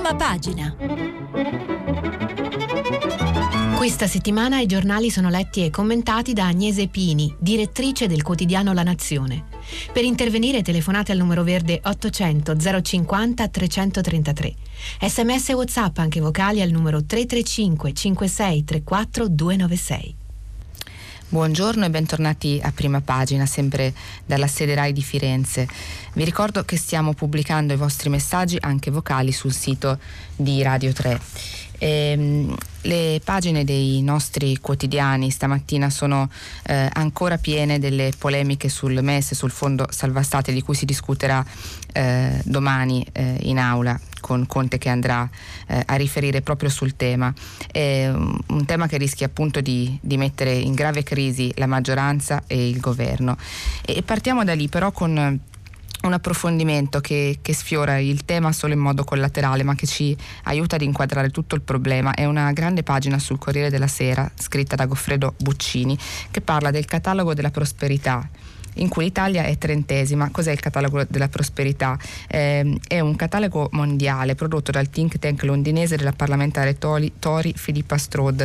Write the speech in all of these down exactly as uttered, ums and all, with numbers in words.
Prima pagina. Questa settimana i giornali sono letti e commentati da Agnese Pini, direttrice del quotidiano La Nazione. Per intervenire telefonate al numero verde ottocento zero cinquanta trecentotrentatré. Sms e WhatsApp anche vocali al numero tre tre cinque cinque sei tre quattro due nove sei. Buongiorno e bentornati a Prima Pagina, sempre dalla sede Rai di Firenze. Vi ricordo che stiamo pubblicando i vostri messaggi anche vocali sul sito di Radio tre. Ehm, le pagine dei nostri quotidiani stamattina sono eh, ancora piene delle polemiche sul M E S, sul fondo salva stati, di cui si discuterà eh, domani eh, in aula con Conte, che andrà eh, a riferire proprio sul tema. È un tema che rischia appunto di, di mettere in grave crisi la maggioranza e il governo. E partiamo da lì però con un approfondimento che, che sfiora il tema solo in modo collaterale, ma che ci aiuta ad inquadrare tutto il problema. È una grande pagina sul Corriere della Sera, scritta da Goffredo Buccini, che parla del catalogo della prosperità, in cui l'Italia è trentesima. Cos'è il catalogo della prosperità? Eh, è un catalogo mondiale prodotto dal think tank londinese della parlamentare Tory, Tory Philippa Strode,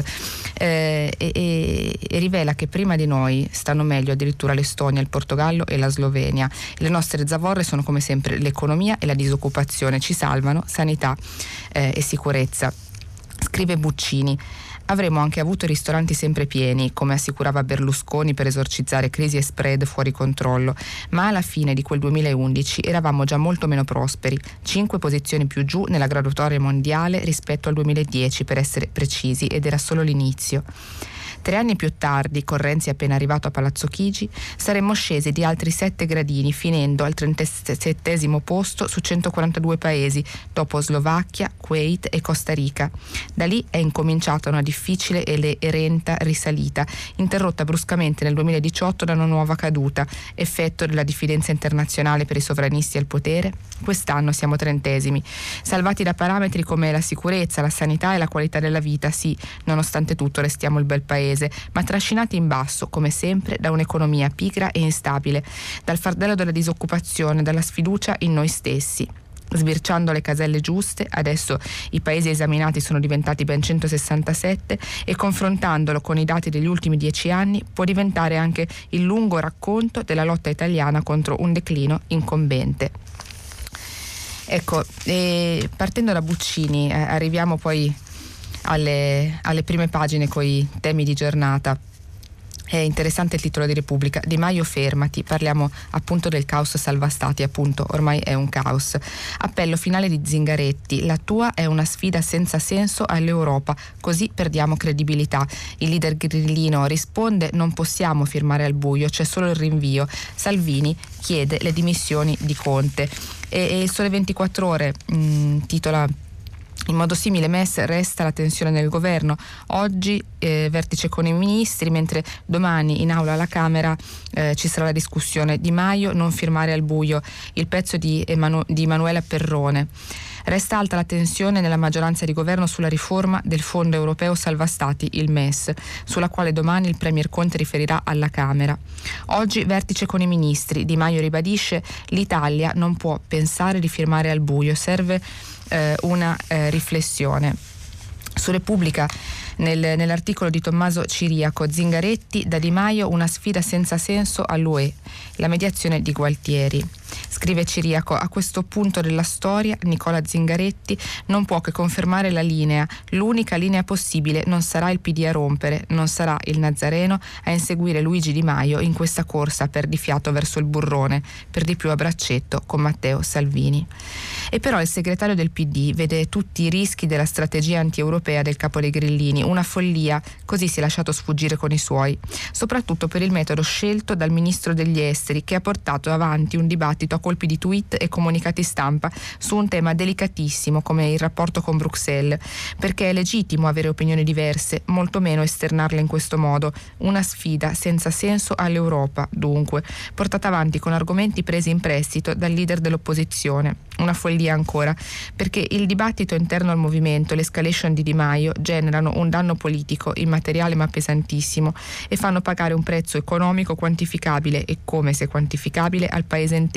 eh, e, e, e rivela che prima di noi stanno meglio addirittura l'Estonia, il Portogallo e la Slovenia. Le nostre zavorre sono come sempre l'economia e la disoccupazione, ci salvano sanità eh, e sicurezza. Scrive Buccini: avremmo anche avuto ristoranti sempre pieni, come assicurava Berlusconi, per esorcizzare crisi e spread fuori controllo, ma alla fine di quel duemilaundici eravamo già molto meno prosperi, cinque posizioni più giù nella graduatoria mondiale rispetto al duemiladieci, per essere precisi, ed era solo l'inizio. Tre anni più tardi, con Renzi appena arrivato a Palazzo Chigi, saremmo scesi di altri sette gradini, finendo al trentasettesimo posto su centoquarantadue paesi, dopo Slovacchia, Kuwait e Costa Rica. Da lì è incominciata una difficile e lenta risalita, interrotta bruscamente nel duemiladiciotto da una nuova caduta, effetto della diffidenza internazionale per i sovranisti al potere. Quest'anno siamo trentesimi, salvati da parametri come la sicurezza, la sanità e la qualità della vita. Sì, nonostante tutto restiamo il bel paese, ma trascinati in basso, come sempre, da un'economia pigra e instabile, dal fardello della disoccupazione, dalla sfiducia in noi stessi. Sbirciando le caselle giuste, adesso i paesi esaminati sono diventati ben centosessantasette, e confrontandolo con i dati degli ultimi dieci anni può diventare anche il lungo racconto della lotta italiana contro un declino incombente. Ecco, e partendo da Buccini eh, arriviamo poi alle, alle prime pagine con i temi di giornata. È interessante il titolo di Repubblica: Di Maio fermati, parliamo appunto del caos salva stati, appunto ormai è un caos. Appello finale di Zingaretti: la tua è una sfida senza senso all'Europa, così perdiamo credibilità. Il leader grillino risponde: non possiamo firmare al buio, c'è solo il rinvio. Salvini chiede le dimissioni di Conte. E, e Sole ventiquattro Ore mh, titola in modo simile: M E S resta la tensione nel governo. Oggi eh, vertice con i ministri, mentre domani in aula alla Camera eh, ci sarà la discussione. Di Maio non firmare al buio, il pezzo di, Emanu- di Emanuela Perrone. Resta alta la tensione nella maggioranza di governo sulla riforma del Fondo Europeo Salva Stati, il M E S, sulla quale domani il Premier Conte riferirà alla Camera. Oggi vertice con i ministri. Di Maio ribadisce: l'Italia non può pensare di firmare al buio, serve eh, una eh, riflessione. Su Repubblica, nel, nell'articolo di Tommaso Ciriaco: Zingaretti, da Di Maio una sfida senza senso all'U E, la mediazione di Gualtieri. Scrive Ciriaco: a questo punto della storia Nicola Zingaretti non può che confermare la linea, l'unica linea possibile. Non sarà il P D a rompere, non sarà il Nazareno a inseguire Luigi Di Maio in questa corsa per di fiato verso il burrone, per di più a braccetto con Matteo Salvini. E però il segretario del P D vede tutti i rischi della strategia anti-europea del capo dei grillini, una follia, così si è lasciato sfuggire con i suoi, soprattutto per il metodo scelto dal ministro degli esteri, che ha portato avanti un dibattito a colpi di tweet e comunicati stampa su un tema delicatissimo come il rapporto con Bruxelles, perché è legittimo avere opinioni diverse, molto meno esternarle in questo modo. Una sfida senza senso all'Europa, dunque, portata avanti con argomenti presi in prestito dal leader dell'opposizione. Una follia ancora, perché il dibattito interno al movimento e l'escalation di Di Maio generano un danno politico immateriale ma pesantissimo e fanno pagare un prezzo economico quantificabile, e come se quantificabile, al paese intero,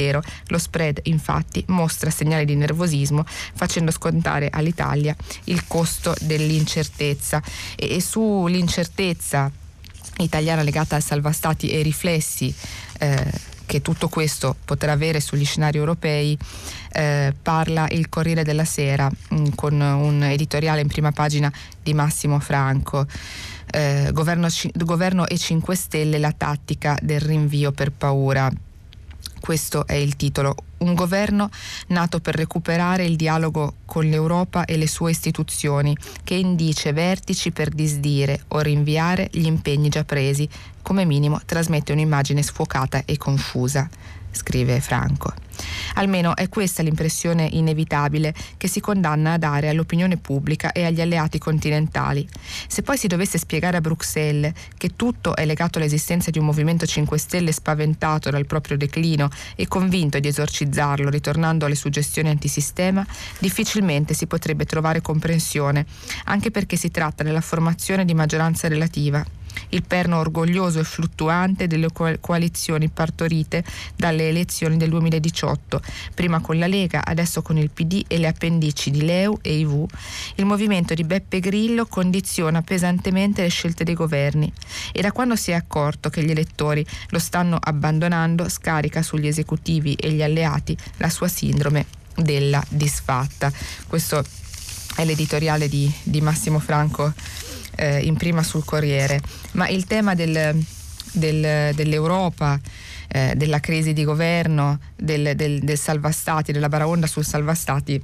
zero. Lo spread infatti mostra segnali di nervosismo, facendo scontare all'Italia il costo dell'incertezza. E, e sull'incertezza italiana legata al salva stati e i riflessi eh, che tutto questo potrà avere sugli scenari europei, eh, parla il Corriere della Sera mh, con un editoriale in prima pagina di Massimo Franco. Eh, governo, governo e cinque Stelle, la tattica del rinvio per paura. Questo è il titolo. Un governo nato per recuperare il dialogo con l'Europa e le sue istituzioni, che indice vertici per disdire o rinviare gli impegni già presi, come minimo trasmette un'immagine sfocata e confusa, scrive Franco. Almeno è questa l'impressione inevitabile che si condanna a dare all'opinione pubblica e agli alleati continentali. Se poi si dovesse spiegare a Bruxelles che tutto è legato all'esistenza di un movimento cinque Stelle spaventato dal proprio declino e convinto di esorcizzarlo ritornando alle suggestioni antisistema, difficilmente si potrebbe trovare comprensione, anche perché si tratta della formazione di maggioranza relativa, il perno orgoglioso e fluttuante delle coalizioni partorite dalle elezioni del duemiladiciotto, prima con la Lega, adesso con il P D e le appendici di Leu e I V. Il movimento di Beppe Grillo condiziona pesantemente le scelte dei governi e da quando si è accorto che gli elettori lo stanno abbandonando scarica sugli esecutivi e gli alleati la sua sindrome della disfatta. Questo è l'editoriale di, di Massimo Franco eh, in prima sul Corriere. Ma il tema del, del, dell'Europa, eh, della crisi di governo, del, del, del salva stati, della baraonda sul salva stati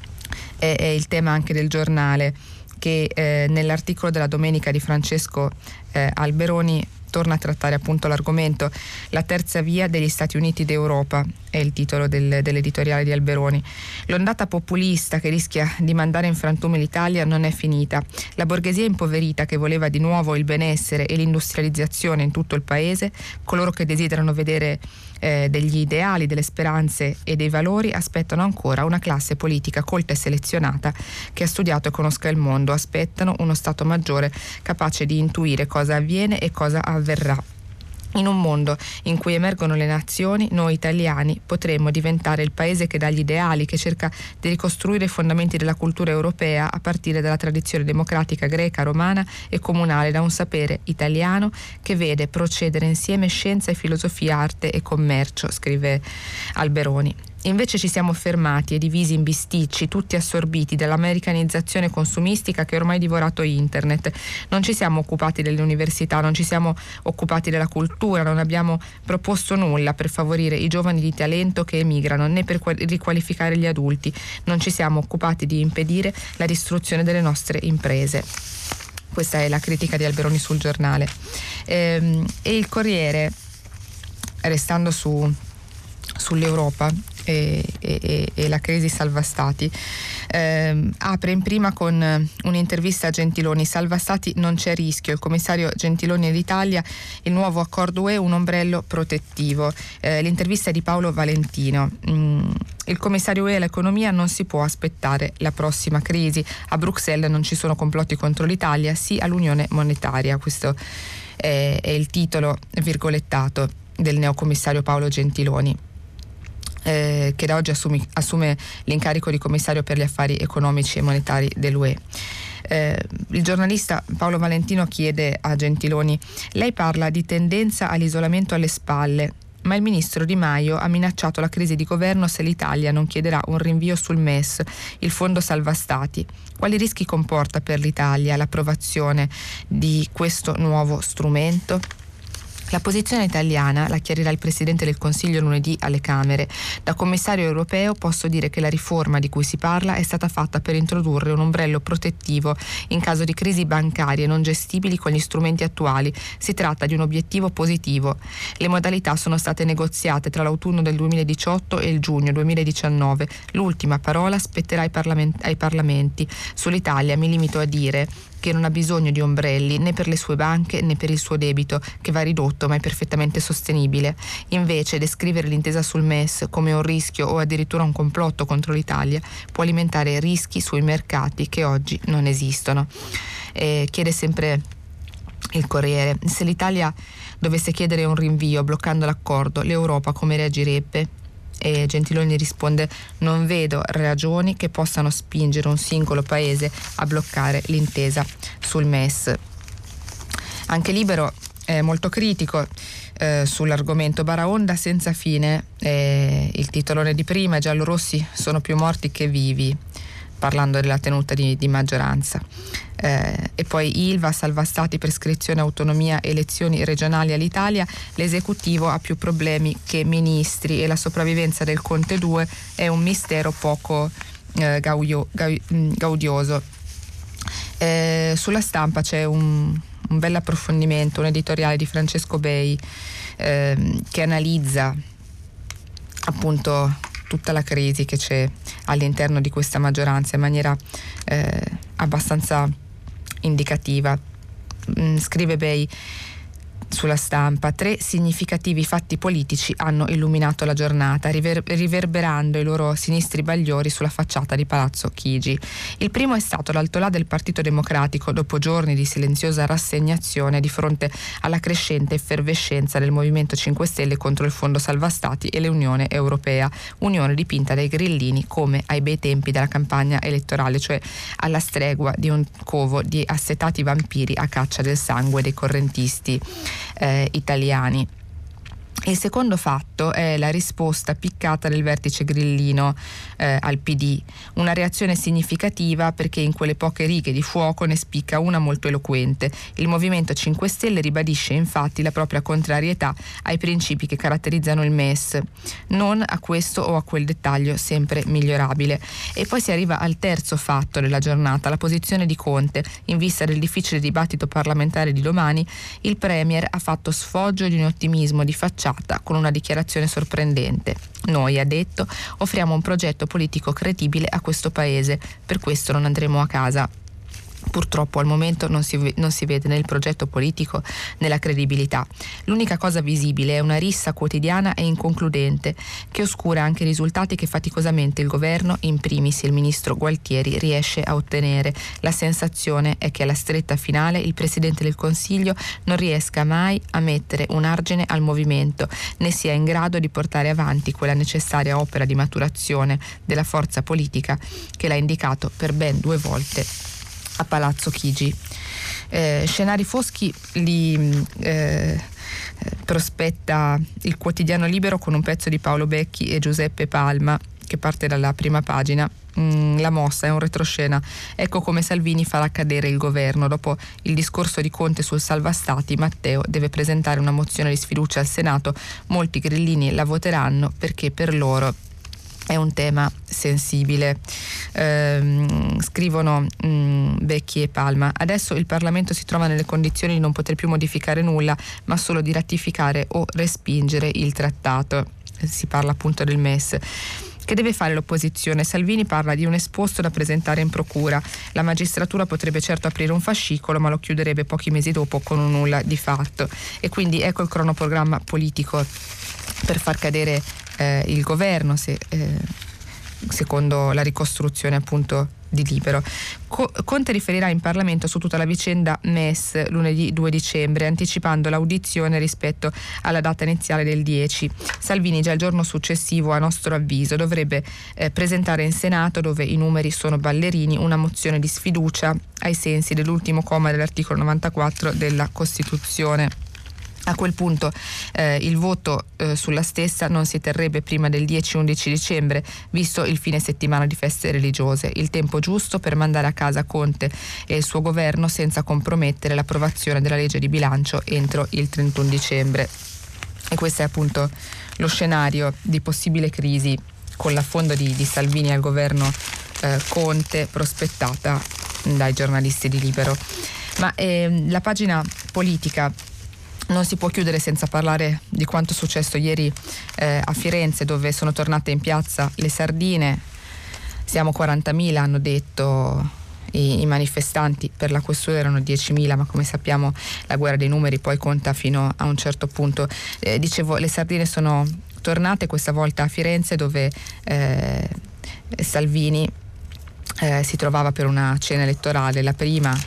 è, è il tema anche del Giornale, che eh, nell'articolo della domenica di Francesco eh, Alberoni torna a trattare appunto l'argomento. La terza via degli Stati Uniti d'Europa è il titolo del, dell'editoriale di Alberoni. L'ondata populista che rischia di mandare in frantumi l'Italia non è finita. La borghesia impoverita che voleva di nuovo il benessere e l'industrializzazione in tutto il paese, coloro che desiderano vedere eh, degli ideali, delle speranze e dei valori, aspettano ancora una classe politica colta e selezionata che ha studiato e conosca il mondo, aspettano uno Stato maggiore capace di intuire cosa avviene e cosa avverrà. In un mondo in cui emergono le nazioni, noi italiani potremmo diventare il paese che dà gli ideali, che cerca di ricostruire i fondamenti della cultura europea a partire dalla tradizione democratica greca, romana e comunale, da un sapere italiano che vede procedere insieme scienza e filosofia, arte e commercio, scrive Alberoni. Invece ci siamo fermati e divisi in bisticci, tutti assorbiti dall'americanizzazione consumistica che ormai ha divorato internet. Non ci siamo occupati delle università, non ci siamo occupati della cultura, non abbiamo proposto nulla per favorire i giovani di talento che emigrano, né per riqualificare gli adulti. Non ci siamo occupati di impedire la distruzione delle nostre imprese. Questa è la critica di Alberoni sul Giornale. Ehm, e il Corriere, restando su sull'Europa e, e, e la crisi salva stati, eh, apre in prima con un'intervista a Gentiloni. Salva stati non c'è rischio, il commissario Gentiloni e l'Italia, il nuovo accordo U E un ombrello protettivo. Eh, l'intervista è di Paolo Valentino. Mm, il commissario U E all'economia non si può aspettare la prossima crisi, a Bruxelles non ci sono complotti contro l'Italia, sì all'unione monetaria. Questo è, è il titolo virgolettato del neocommissario Paolo Gentiloni, Eh, che da oggi assumi, assume l'incarico di commissario per gli affari economici e monetari dell'U E. Eh, il giornalista Paolo Valentino chiede a Gentiloni: lei parla di tendenza all'isolamento alle spalle, ma il ministro Di Maio ha minacciato la crisi di governo se l'Italia non chiederà un rinvio sul M E S, il fondo salva stati. Quali rischi comporta per l'Italia l'approvazione di questo nuovo strumento? La posizione italiana la chiarirà il Presidente del Consiglio lunedì alle Camere. Da commissario europeo posso dire che la riforma di cui si parla è stata fatta per introdurre un ombrello protettivo in caso di crisi bancarie non gestibili con gli strumenti attuali. Si tratta di un obiettivo positivo. Le modalità sono state negoziate tra l'autunno del duemiladiciotto e il giugno duemiladiciannove. L'ultima parola spetterà ai, parlament- ai parlamenti. Sull'Italia mi limito a dire che non ha bisogno di ombrelli né per le sue banche né per il suo debito, che va ridotto ma è perfettamente sostenibile. Invece descrivere l'intesa sul M E S come un rischio o addirittura un complotto contro l'Italia può alimentare rischi sui mercati che oggi non esistono. E chiede sempre il Corriere: se l'Italia dovesse chiedere un rinvio bloccando l'accordo, l'Europa come reagirebbe? E Gentiloni risponde: non vedo ragioni che possano spingere un singolo paese a bloccare l'intesa sul M E S. Anche Libero è molto critico eh, sull'argomento. Baraonda senza fine, eh, il titolone di prima, i giallorossi sono più morti che vivi, parlando della tenuta di, di maggioranza. Eh, e poi Ilva, salva stati, prescrizione, autonomia, elezioni regionali all'Italia, l'esecutivo ha più problemi che ministri e la sopravvivenza del Conte due è un mistero poco eh, gaudio, gaudioso. Eh, sulla Stampa c'è un, un bel approfondimento, un editoriale di Francesco Bei eh, che analizza appunto tutta la crisi che c'è all'interno di questa maggioranza in maniera eh, abbastanza indicativa. Mm, scrive Bei sulla Stampa: tre significativi fatti politici hanno illuminato la giornata, river- riverberando i loro sinistri bagliori sulla facciata di Palazzo Chigi. Il primo è stato l'altolà del Partito Democratico dopo giorni di silenziosa rassegnazione di fronte alla crescente effervescenza del Movimento cinque Stelle contro il Fondo Salva Stati e l'Unione Europea, unione dipinta dai grillini come ai bei tempi della campagna elettorale, cioè alla stregua di un covo di assetati vampiri a caccia del sangue dei correntisti Eh, italiani. Il secondo fatto è la risposta piccata del vertice grillino eh, al P D, una reazione significativa perché in quelle poche righe di fuoco ne spicca una molto eloquente. Il Movimento cinque Stelle ribadisce infatti la propria contrarietà ai principi che caratterizzano il M E S, non a questo o a quel dettaglio sempre migliorabile. E poi si arriva al terzo fatto della giornata, la posizione di Conte. In vista del difficile dibattito parlamentare di domani, il Premier ha fatto sfoggio di un ottimismo di facciata con una dichiarazione sorprendente. Noi, ha detto, offriamo un progetto politico credibile a questo paese, per questo non andremo a casa. Purtroppo al momento non si, non si vede né il progetto politico né la credibilità. L'unica cosa visibile è una rissa quotidiana e inconcludente che oscura anche i risultati che faticosamente il governo, in primis il ministro Gualtieri, riesce a ottenere. La sensazione è che alla stretta finale il Presidente del Consiglio non riesca mai a mettere un argine al movimento, né sia in grado di portare avanti quella necessaria opera di maturazione della forza politica che l'ha indicato per ben due volte a Palazzo Chigi. Eh, scenari foschi li eh, prospetta il quotidiano Libero con un pezzo di Paolo Becchi e Giuseppe Palma che parte dalla prima pagina. Mm, la mossa è un retroscena. Ecco come Salvini farà cadere il governo. Dopo il discorso di Conte sul salva stati, Matteo deve presentare una mozione di sfiducia al Senato. Molti grillini la voteranno perché per loro è un tema sensibile. Eh, scrivono mh, Becchi e Palma: adesso il Parlamento si trova nelle condizioni di non poter più modificare nulla, ma solo di ratificare o respingere il trattato. Si parla appunto del M E S. Che deve fare l'opposizione? Salvini parla di un esposto da presentare in procura. La magistratura potrebbe certo aprire un fascicolo, ma lo chiuderebbe pochi mesi dopo con un nulla di fatto. E quindi ecco il cronoprogramma politico per far cadere eh, il governo, se, eh, secondo la ricostruzione appunto di Libero. Co- Conte riferirà in Parlamento su tutta la vicenda M E S lunedì due dicembre, anticipando l'audizione rispetto alla data iniziale del dieci. Salvini già il giorno successivo, a nostro avviso, dovrebbe eh, presentare in Senato, dove i numeri sono ballerini, una mozione di sfiducia ai sensi dell'ultimo comma dell'articolo novantaquattro della Costituzione. A quel punto eh, il voto eh, sulla stessa non si terrebbe prima del dieci undici dicembre, visto il fine settimana di feste religiose, il tempo giusto per mandare a casa Conte e il suo governo senza compromettere l'approvazione della legge di bilancio entro il trentuno dicembre. E questo è appunto lo scenario di possibile crisi con l'affondo di, di Salvini al governo eh, Conte prospettata dai giornalisti di Libero. Ma eh, la pagina politica non si può chiudere senza parlare di quanto successo ieri eh, a Firenze, dove sono tornate in piazza le sardine. Siamo quarantamila, hanno detto i, i manifestanti. Per la questura erano diecimila, ma come sappiamo la guerra dei numeri poi conta fino a un certo punto. Eh, dicevo, le sardine sono tornate questa volta a Firenze, dove eh, Salvini eh, si trovava per una cena elettorale, la prima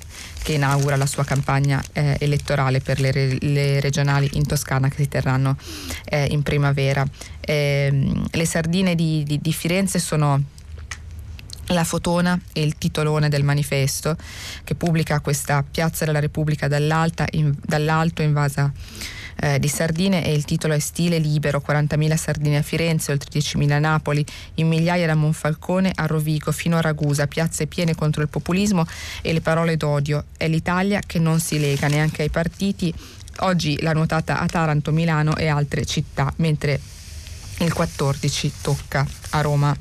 che inaugura la sua campagna eh, elettorale per le, re, le regionali in Toscana che si terranno eh, in primavera. Eh, le sardine di, di, di Firenze sono la fotona e il titolone del manifesto, che pubblica questa Piazza della Repubblica dall'alta in, dall'alto invasa eh, di sardine, e il titolo è Stile libero, quarantamila sardine a Firenze, oltre diecimila a Napoli, in migliaia da Monfalcone a Rovigo fino a Ragusa, piazze piene contro il populismo e le parole d'odio. È l'Italia che non si lega neanche ai partiti. Oggi la nuotata a Taranto, Milano e altre città, mentre il quattordici tocca a Roma.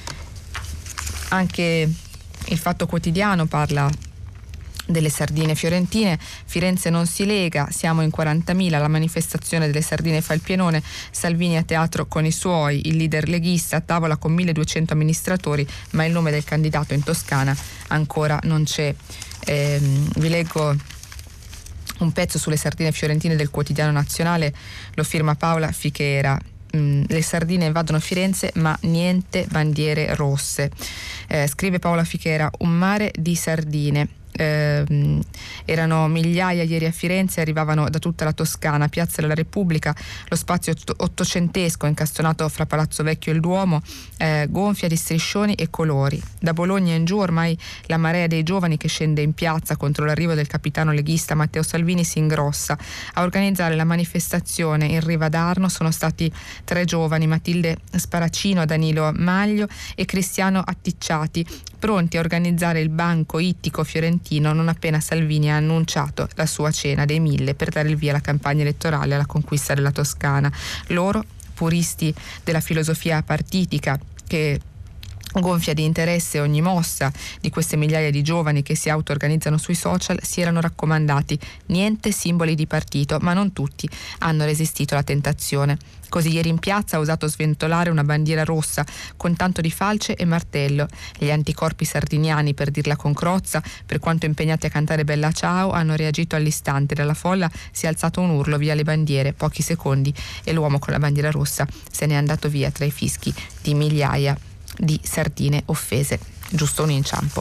Anche il Fatto Quotidiano parla delle sardine fiorentine. Firenze non si lega, siamo in quarantamila, la manifestazione delle sardine fa il pienone, Salvini a teatro con i suoi, il leader leghista a tavola con milleduecento amministratori, ma il nome del candidato in Toscana ancora non c'è. Eh, vi leggo un pezzo sulle sardine fiorentine del Quotidiano Nazionale, lo firma Paola Fichera. Le sardine invadono Firenze ma niente bandiere rosse. Eh, scrive Paola Fichera, un mare di sardine. Eh, erano migliaia ieri a Firenze, arrivavano da tutta la Toscana, Piazza della Repubblica, lo spazio ottocentesco incastonato fra Palazzo Vecchio e il Duomo, eh, gonfia di striscioni e colori. Da Bologna in giù ormai la marea dei giovani che scende in piazza contro l'arrivo del capitano leghista Matteo Salvini si ingrossa. A organizzare la manifestazione in riva d'Arno sono stati tre giovani, Matilde Sparacino, Danilo Maglio e Cristiano Atticciati, pronti a organizzare il banco ittico fiorentino non appena Salvini ha annunciato la sua cena dei mille per dare il via alla campagna elettorale alla conquista della Toscana. Loro, puristi della filosofia partitica che gonfia di interesse ogni mossa di queste migliaia di giovani che si auto-organizzano sui social, si erano raccomandati niente simboli di partito, ma non tutti hanno resistito alla tentazione. Così ieri in piazza ha osato sventolare una bandiera rossa con tanto di falce e martello. Gli anticorpi sardiniani, per dirla con Crozza, per quanto impegnati a cantare Bella Ciao, hanno reagito all'istante. Dalla folla si è alzato un urlo via le bandiere, pochi secondi, e l'uomo con la bandiera rossa se n'è andato via tra i fischi di migliaia di sardine offese. Giusto un inciampo.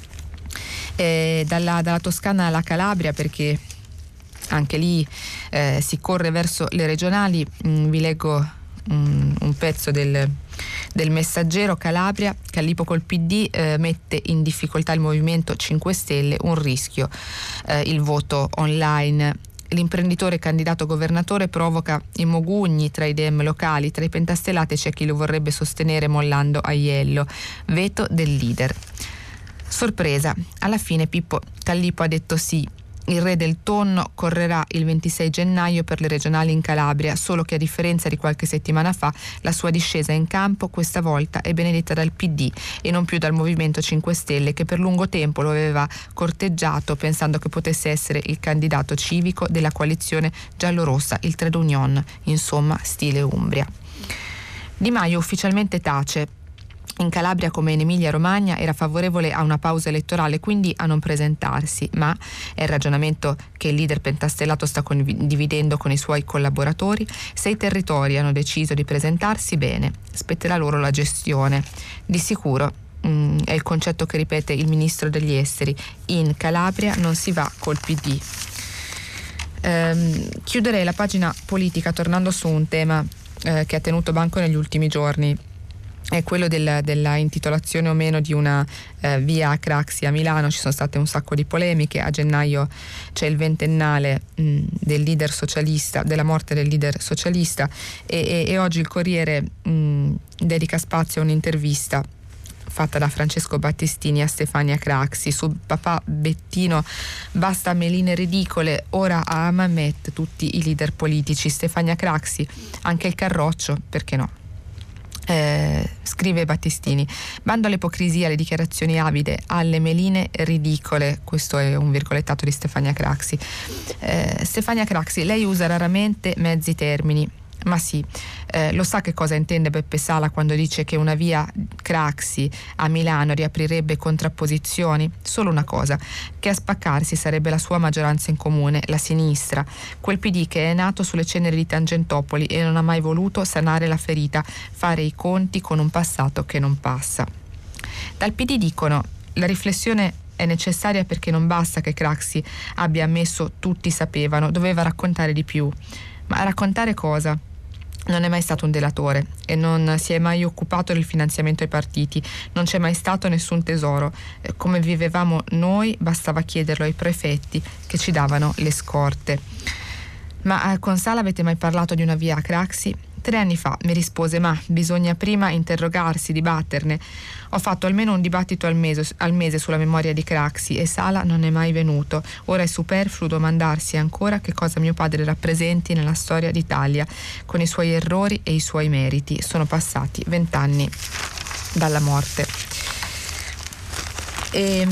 Eh, dalla, dalla Toscana alla Calabria, perché anche lì eh, si corre verso le regionali. Mm, vi leggo un, un pezzo del, del Messaggero. Calabria, Callipo col P D eh, mette in difficoltà il Movimento cinque Stelle, un rischio eh, il voto online. L'imprenditore candidato governatore provoca i mogugni tra i dem locali, tra i pentastellati c'è chi lo vorrebbe sostenere mollando Aiello. Veto del leader. Sorpresa, alla fine Pippo Callipo ha detto sì. Il re del tonno correrà il ventisei gennaio per le regionali in Calabria, solo che a differenza di qualche settimana fa la sua discesa in campo questa volta è benedetta dal P D e non più dal Movimento cinque Stelle, che per lungo tempo lo aveva corteggiato pensando che potesse essere il candidato civico della coalizione giallorossa, il Trade Union, insomma stile Umbria. Di Maio ufficialmente tace. In Calabria come in Emilia-Romagna era favorevole a una pausa elettorale, quindi a non presentarsi, ma è il ragionamento che il leader pentastellato sta condividendo con i suoi collaboratori. Se i territori hanno deciso di presentarsi, bene, spetterà loro la gestione. Di sicuro mh, è il concetto che ripete il ministro degli esteri: in Calabria non si va col P D. Ehm, chiuderei la pagina politica tornando su un tema eh, che ha tenuto banco negli ultimi giorni. È quello della, della intitolazione o meno di una eh, via a Craxi a Milano. Ci sono state un sacco di polemiche. A gennaio c'è il ventennale mh, del leader socialista, della morte del leader socialista, e, e, e oggi il Corriere mh, dedica spazio a un'intervista fatta da Francesco Battistini a Stefania Craxi su papà Bettino, basta meline ridicole, ora a Mamet tutti i leader politici. Stefania Craxi, anche il Carroccio, perché no? Eh, scrive Battistini: bando all'ipocrisia, alle dichiarazioni avide, alle meline ridicole. Questo è un virgolettato di Stefania Craxi. eh, Stefania Craxi, lei usa raramente mezzi termini, ma sì, eh, lo sa che cosa intende Beppe Sala quando dice che una via Craxi a Milano riaprirebbe contrapposizioni? Solo una cosa, che a spaccarsi sarebbe la sua maggioranza in comune, la sinistra, quel P D che è nato sulle ceneri di Tangentopoli e non ha mai voluto sanare la ferita, fare i conti con un passato che non passa. Dal P D dicono: la riflessione è è necessaria perché non basta che Craxi abbia ammesso tutti sapevano, doveva raccontare di più. Ma raccontare cosa? Non è mai stato un delatore e non si è mai occupato del finanziamento ai partiti, non c'è mai stato nessun tesoro. Come vivevamo noi bastava chiederlo ai prefetti che ci davano le scorte. Ma con Sala avete mai parlato di una via a Craxi? Tre anni fa mi rispose: ma bisogna prima interrogarsi, dibatterne. Ho fatto almeno un dibattito al mese, al mese sulla memoria di Craxi e Sala non è mai venuto. Ora è superfluo domandarsi ancora che cosa mio padre rappresenti nella storia d'Italia, con i suoi errori e i suoi meriti. Sono passati vent'anni dalla morte. E,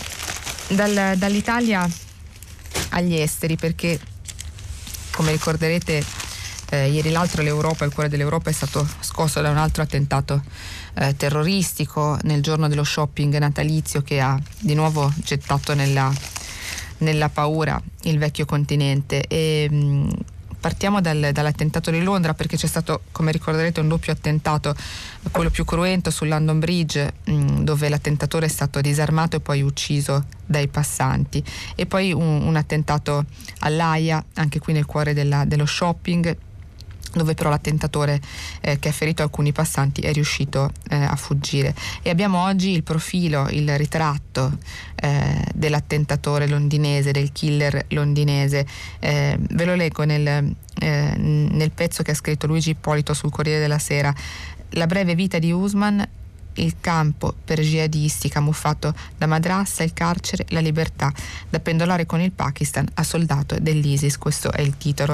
dal, dall'Italia agli esteri, perché come ricorderete Eh, ieri l'altro l'Europa, il cuore dell'Europa è stato scosso da un altro attentato eh, terroristico nel giorno dello shopping natalizio che ha di nuovo gettato nella, nella paura il vecchio continente. E mh, partiamo dal, dall'attentato di Londra, perché c'è stato, come ricorderete, un doppio attentato, quello più cruento sul London Bridge, mh, dove l'attentatore è stato disarmato e poi ucciso dai passanti, e poi un, un attentato all'Aia, anche qui nel cuore della, dello shopping, dove però l'attentatore eh, che ha ferito alcuni passanti è riuscito eh, a fuggire. E abbiamo oggi il profilo, il ritratto eh, dell'attentatore londinese, del killer londinese. Eh, ve lo leggo nel, eh, nel pezzo che ha scritto Luigi Ippolito sul Corriere della Sera. La breve vita di Usman, il campo per jihadisti camuffato da madrassa, il carcere, la libertà, da pendolare con il Pakistan a soldato dell'ISIS. Questo è il titolo.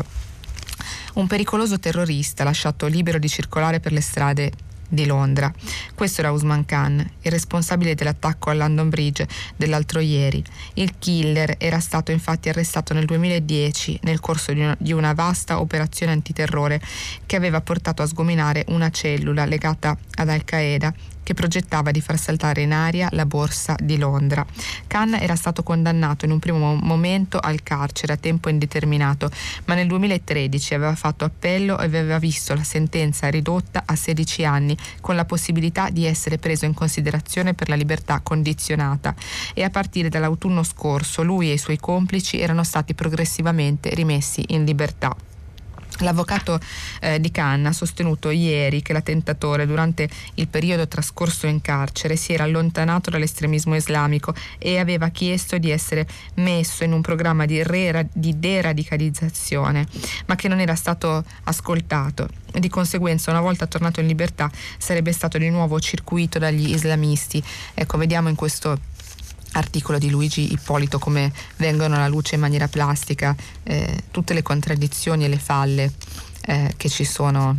Un pericoloso terrorista lasciato libero di circolare per le strade di Londra. Questo era Usman Khan, il responsabile dell'attacco al London Bridge dell'altro ieri. Il killer era stato infatti arrestato nel duemiladieci nel corso di una, di una vasta operazione antiterrore che aveva portato a sgominare una cellula legata ad Al-Qaeda che progettava di far saltare in aria la borsa di Londra. Khan era stato condannato in un primo momento al carcere a tempo indeterminato, ma nel duemilatredici aveva fatto appello e aveva visto la sentenza ridotta a sedici anni, con la possibilità di essere preso in considerazione per la libertà condizionata. E a partire dall'autunno scorso lui e i suoi complici erano stati progressivamente rimessi in libertà. L'avvocato eh, di Khan ha sostenuto ieri che l'attentatore, durante il periodo trascorso in carcere, si era allontanato dall'estremismo islamico e aveva chiesto di essere messo in un programma di, re- di deradicalizzazione, ma che non era stato ascoltato. Di conseguenza, una volta tornato in libertà, sarebbe stato di nuovo circuito dagli islamisti. Ecco, vediamo in questo articolo di Luigi Ippolito come vengono alla luce in maniera plastica eh, tutte le contraddizioni e le falle eh, che ci sono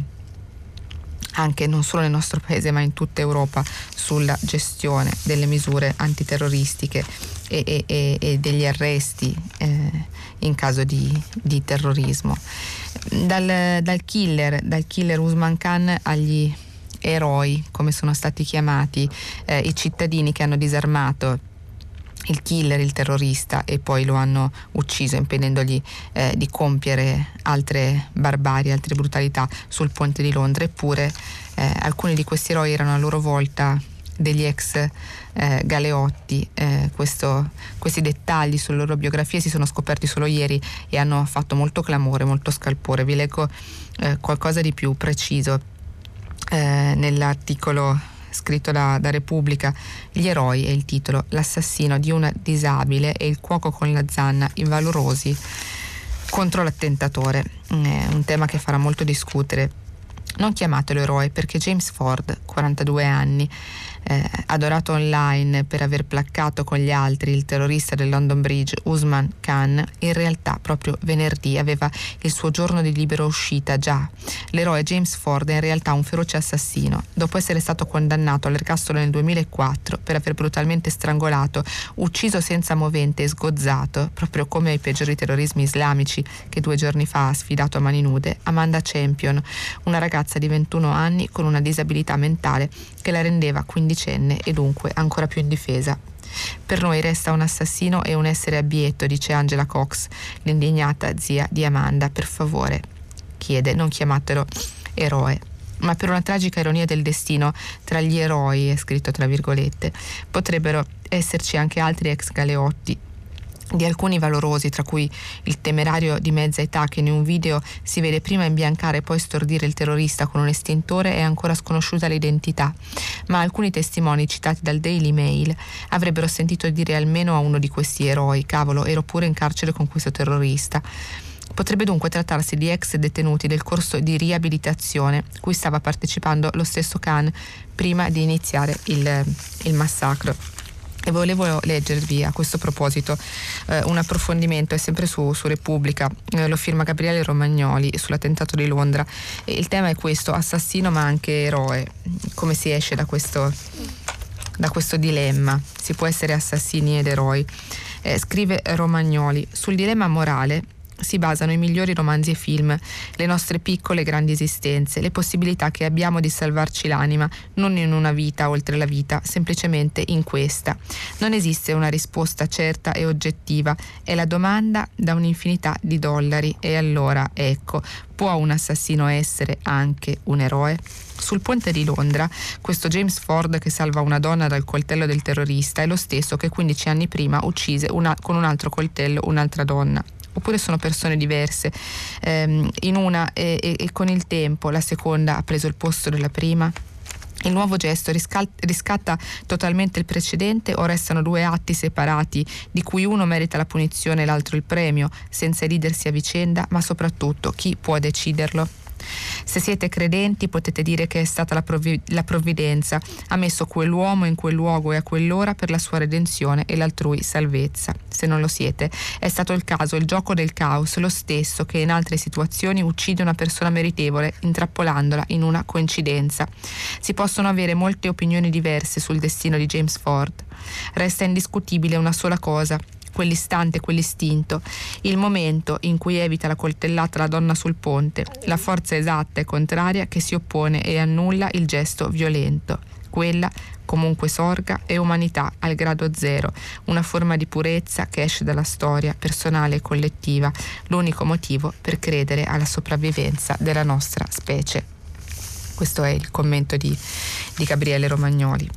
anche non solo nel nostro paese ma in tutta Europa sulla gestione delle misure antiterroristiche e, e, e, e degli arresti eh, in caso di, di terrorismo. Dal, dal killer, dal killer Usman Khan agli eroi, come sono stati chiamati eh, i cittadini che hanno disarmato il killer, il terrorista, e poi lo hanno ucciso impedendogli eh, di compiere altre barbarie, altre brutalità sul ponte di Londra. Eppure eh, alcuni di questi eroi erano a loro volta degli ex eh, galeotti. Eh, questo, questi dettagli sulle loro biografie si sono scoperti solo ieri e hanno fatto molto clamore, molto scalpore. Vi leggo eh, qualcosa di più preciso eh, nell'articolo scritto da, da Repubblica. Gli eroi è il titolo: l'assassino di una disabile e il cuoco con la zanna, i valorosi contro l'attentatore. È un tema che farà molto discutere. Non chiamatelo eroe perché James Ford, quarantadue anni, eh, adorato online per aver placcato con gli altri il terrorista del London Bridge Usman Khan, in realtà proprio venerdì aveva il suo giorno di libera uscita. Già, l'eroe James Ford è in realtà un feroce assassino. Dopo essere stato condannato all'ergastolo nel duemilaquattro per aver brutalmente strangolato, ucciso senza movente e sgozzato, proprio come ai peggiori terrorismi islamici che due giorni fa ha sfidato a mani nude, Amanda Champion, una ragazza di ventuno anni con una disabilità mentale che la rendeva quindicenne e dunque ancora più indifesa. Per noi resta un assassino e un essere abbietto, dice Angela Cox, l'indignata zia di Amanda. Per favore, chiede, non chiamatelo eroe. Ma per una tragica ironia del destino, tra gli eroi, è scritto tra virgolette, potrebbero esserci anche altri ex galeotti di alcuni valorosi, tra cui il temerario di mezza età che in un video si vede prima imbiancare e poi stordire il terrorista con un estintore e ancora sconosciuta l'identità. Ma alcuni testimoni citati dal Daily Mail avrebbero sentito dire almeno a uno di questi eroi: cavolo, ero pure in carcere con questo terrorista. Potrebbe dunque trattarsi di ex detenuti del corso di riabilitazione cui stava partecipando lo stesso Khan prima di iniziare il, il massacro. E volevo leggervi a questo proposito eh, un approfondimento, è sempre su, su Repubblica, eh, lo firma Gabriele Romagnoli, sull'attentato di Londra. E il tema è questo: assassino ma anche eroe. Come si esce da questo, da questo dilemma? Si può essere assassini ed eroi. Eh, scrive Romagnoli: sul dilemma morale si basano i migliori romanzi e film, le nostre piccole grandi esistenze, le possibilità che abbiamo di salvarci l'anima, non in una vita oltre la vita, semplicemente in questa. Non esiste una risposta certa e oggettiva, è la domanda da un'infinità di dollari. E allora, ecco, può un assassino essere anche un eroe? Sul ponte di Londra, questo James Ford che salva una donna dal coltello del terrorista è lo stesso che quindici anni prima uccise una, con un altro coltello un'altra donna. Oppure sono persone diverse, ehm, in una e, e, e con il tempo la seconda ha preso il posto della prima? Il nuovo gesto riscal- riscatta totalmente il precedente o restano due atti separati di cui uno merita la punizione e l'altro il premio, senza ridersi a vicenda, ma soprattutto chi può deciderlo? Se siete credenti potete dire che è stata la, provvi- la provvidenza, ha messo quell'uomo in quel luogo e a quell'ora per la sua redenzione e l'altrui salvezza. Se non lo siete, è stato il caso, il gioco del caos, lo stesso che in altre situazioni uccide una persona meritevole, intrappolandola in una coincidenza. Si possono avere molte opinioni diverse sul destino di James Ford. Resta indiscutibile una sola cosa: quell'istante, quell'istinto, il momento in cui evita la coltellata alla donna sul ponte, la forza esatta e contraria che si oppone e annulla il gesto violento. Quella, comunque sorga, è umanità al grado zero, una forma di purezza che esce dalla storia personale e collettiva, l'unico motivo per credere alla sopravvivenza della nostra specie. Questo è il commento di, di Gabriele Romagnoli.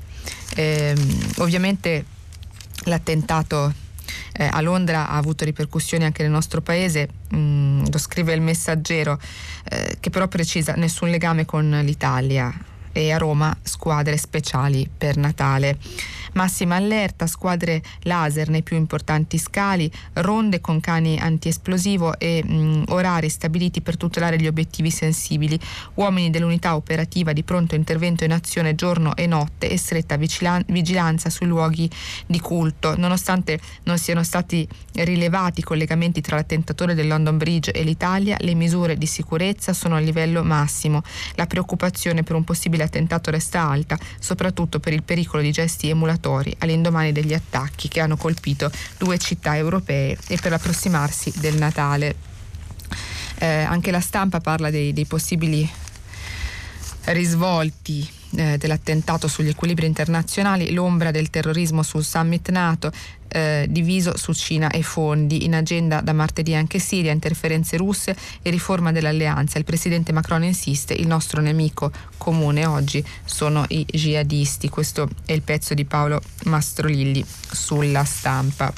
Ehm, ovviamente l'attentato Eh, a Londra ha avuto ripercussioni anche nel nostro paese, mm, lo scrive il Messaggero, eh, che però precisa nessun legame con l'Italia. E a Roma squadre speciali per Natale. Massima allerta, squadre laser nei più importanti scali, ronde con cani antiesplosivo e mh, orari stabiliti per tutelare gli obiettivi sensibili, uomini dell'unità operativa di pronto intervento in azione giorno e notte e stretta vigilan- vigilanza sui luoghi di culto. Nonostante non siano stati rilevati collegamenti tra l'attentatore del London Bridge e l'Italia, le misure di sicurezza sono a livello massimo. La preoccupazione per un possibile attentato resta alta, soprattutto per il pericolo di gesti emulatori all'indomani degli attacchi che hanno colpito due città europee e per l'approssimarsi del Natale. Eh, anche la stampa parla dei, dei possibili risvolti eh, dell'attentato sugli equilibri internazionali, l'ombra del terrorismo sul summit NATO, eh, diviso su Cina e fondi, in agenda da martedì anche Siria, interferenze russe e riforma dell'alleanza. Il presidente Macron insiste: il nostro nemico comune oggi sono i jihadisti. Questo è il pezzo di Paolo Mastrolilli sulla stampa.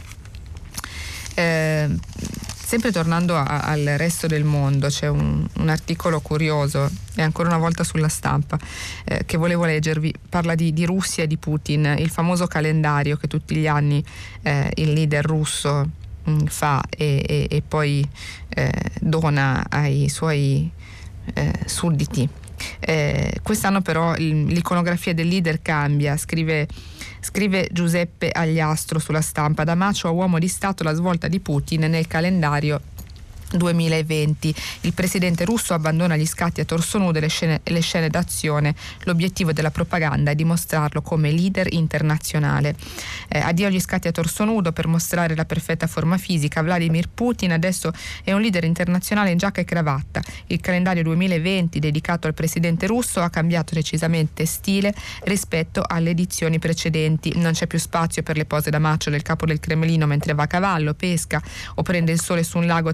Eh, Sempre tornando a, al resto del mondo, c'è un, un articolo curioso, e ancora una volta sulla stampa, eh, che volevo leggervi. Parla di, di Russia e di Putin, il famoso calendario che tutti gli anni eh, il leader russo mh, fa e, e, e poi eh, dona ai suoi eh, sudditi. Eh, quest'anno però l'iconografia del leader cambia, scrive, scrive Giuseppe Agliastro sulla stampa: da macio a uomo di Stato la svolta di Putin nel calendario duemilaventi. Il presidente russo abbandona gli scatti a torso nudo e le scene, le scene d'azione. L'obiettivo della propaganda è dimostrarlo come leader internazionale. Eh, addio agli scatti a torso nudo per mostrare la perfetta forma fisica. Vladimir Putin adesso è un leader internazionale in giacca e cravatta. Il calendario duemilaventi dedicato al presidente russo ha cambiato decisamente stile rispetto alle edizioni precedenti. Non c'è più spazio per le pose da macio del capo del Cremlino mentre va a cavallo, pesca o prende il sole su un lago tra i monti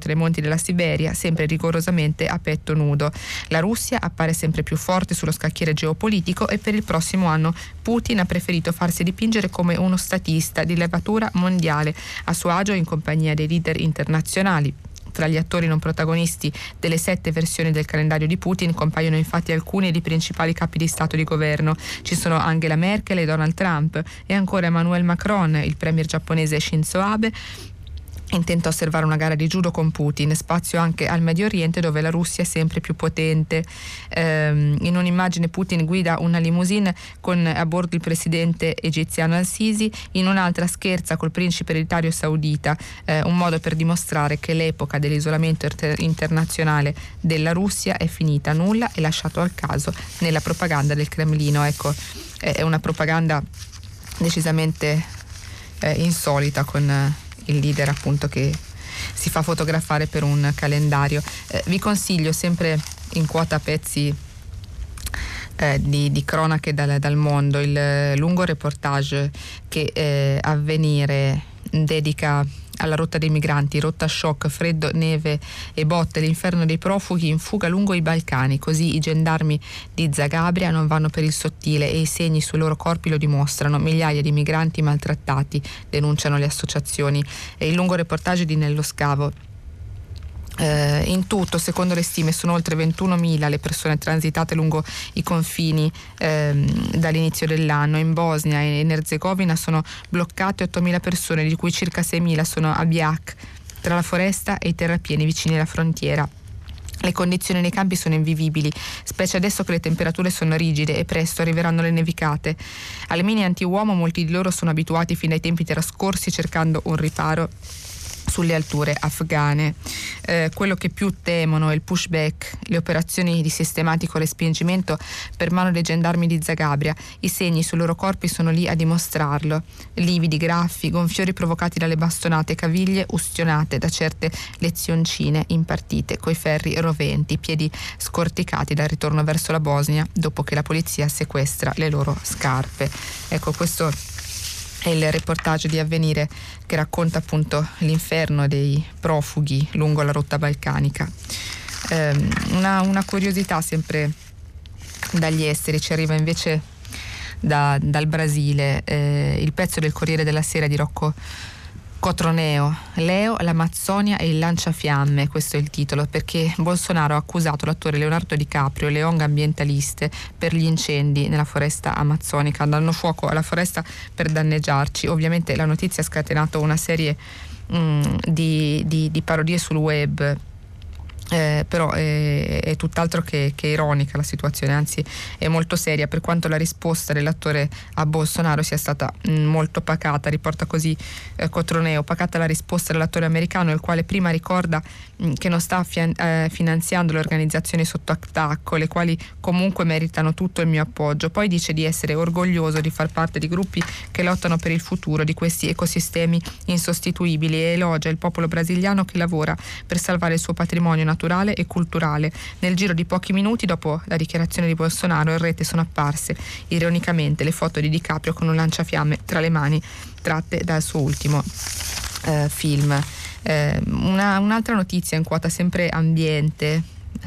della Siberia, sempre rigorosamente a petto nudo. La Russia appare sempre più forte sullo scacchiere geopolitico e per il prossimo anno Putin ha preferito farsi dipingere come uno statista di levatura mondiale, a suo agio in compagnia dei leader internazionali. Tra gli attori non protagonisti delle sette versioni del calendario di Putin compaiono infatti alcuni dei principali capi di Stato e di governo. Ci sono Angela Merkel e Donald Trump e ancora Emmanuel Macron, il premier giapponese Shinzo Abe, intento a osservare una gara di judo con Putin. Spazio anche al Medio Oriente, dove la Russia è sempre più potente. Ehm, in un'immagine Putin guida una limousine con a bordo il presidente egiziano al-Sisi, in un'altra scherza col principe ereditario saudita, eh, un modo per dimostrare che l'epoca dell'isolamento inter- internazionale della Russia è finita, nulla è lasciato al caso nella propaganda del Cremlino. Ecco, è una propaganda decisamente eh, insolita, con eh, il leader appunto che si fa fotografare per un calendario. Eh, vi consiglio sempre in quota pezzi eh, di, di cronache dal, dal mondo, il lungo reportage che eh, Avvenire dedica alla rotta dei migranti, rotta shock, freddo, neve e botte, l'inferno dei profughi in fuga lungo i Balcani. Così i gendarmi di Zagabria non vanno per il sottile e i segni sui loro corpi lo dimostrano. Migliaia di migranti maltrattati, denunciano le associazioni. E il lungo reportage di Nello Scavo. Eh, in tutto, secondo le stime, sono oltre ventunomila le persone transitate lungo i confini ehm, dall'inizio dell'anno. In Bosnia e in Erzegovina sono bloccate ottomila persone, di cui circa seimila sono a Biak, tra la foresta e i terrapieni vicini alla frontiera. Le condizioni nei campi sono invivibili, specie adesso che le temperature sono rigide e presto arriveranno le nevicate. Alle mine anti-uomo molti di loro sono abituati fin dai tempi trascorsi, cercando un riparo sulle alture afghane. Eh, quello che più temono è il pushback, le operazioni di sistematico respingimento per mano dei gendarmi di Zagabria. I segni sui loro corpi sono lì a dimostrarlo: lividi, graffi, gonfiori provocati dalle bastonate, caviglie ustionate da certe lezioncine impartite coi ferri roventi, piedi scorticati dal ritorno verso la Bosnia dopo che la polizia sequestra le loro scarpe. Ecco, questo è il reportage di Avvenire che racconta appunto l'inferno dei profughi lungo la rotta balcanica. Eh, una, una curiosità sempre dagli esteri ci arriva invece da, dal Brasile, eh, il pezzo del Corriere della Sera di Rocco Cotroneo, Leo, l'Amazzonia e il lanciafiamme, questo è il titolo, perché Bolsonaro ha accusato l'attore Leonardo DiCaprio e le O N G ambientaliste per gli incendi nella foresta amazzonica. Danno fuoco alla foresta per danneggiarci. Ovviamente la notizia ha scatenato una serie mh, di, di, di parodie sul web. Eh, però è, è tutt'altro che, che ironica la situazione, anzi è molto seria, per quanto la risposta dell'attore a Bolsonaro sia stata mh, molto pacata. Riporta così eh, Cotroneo: pacata la risposta dell'attore americano, il quale prima ricorda mh, che non sta fian- eh, finanziando le organizzazioni sotto attacco, le quali comunque meritano tutto il mio appoggio, poi dice di essere orgoglioso di far parte di gruppi che lottano per il futuro di questi ecosistemi insostituibili, e elogia il popolo brasiliano che lavora per salvare il suo patrimonio naturale naturale e culturale. Nel giro di pochi minuti dopo la dichiarazione di Bolsonaro in rete sono apparse ironicamente le foto di DiCaprio con un lanciafiamme tra le mani, tratte dal suo ultimo eh, film. Eh, una, un'altra notizia in quota sempre ambiente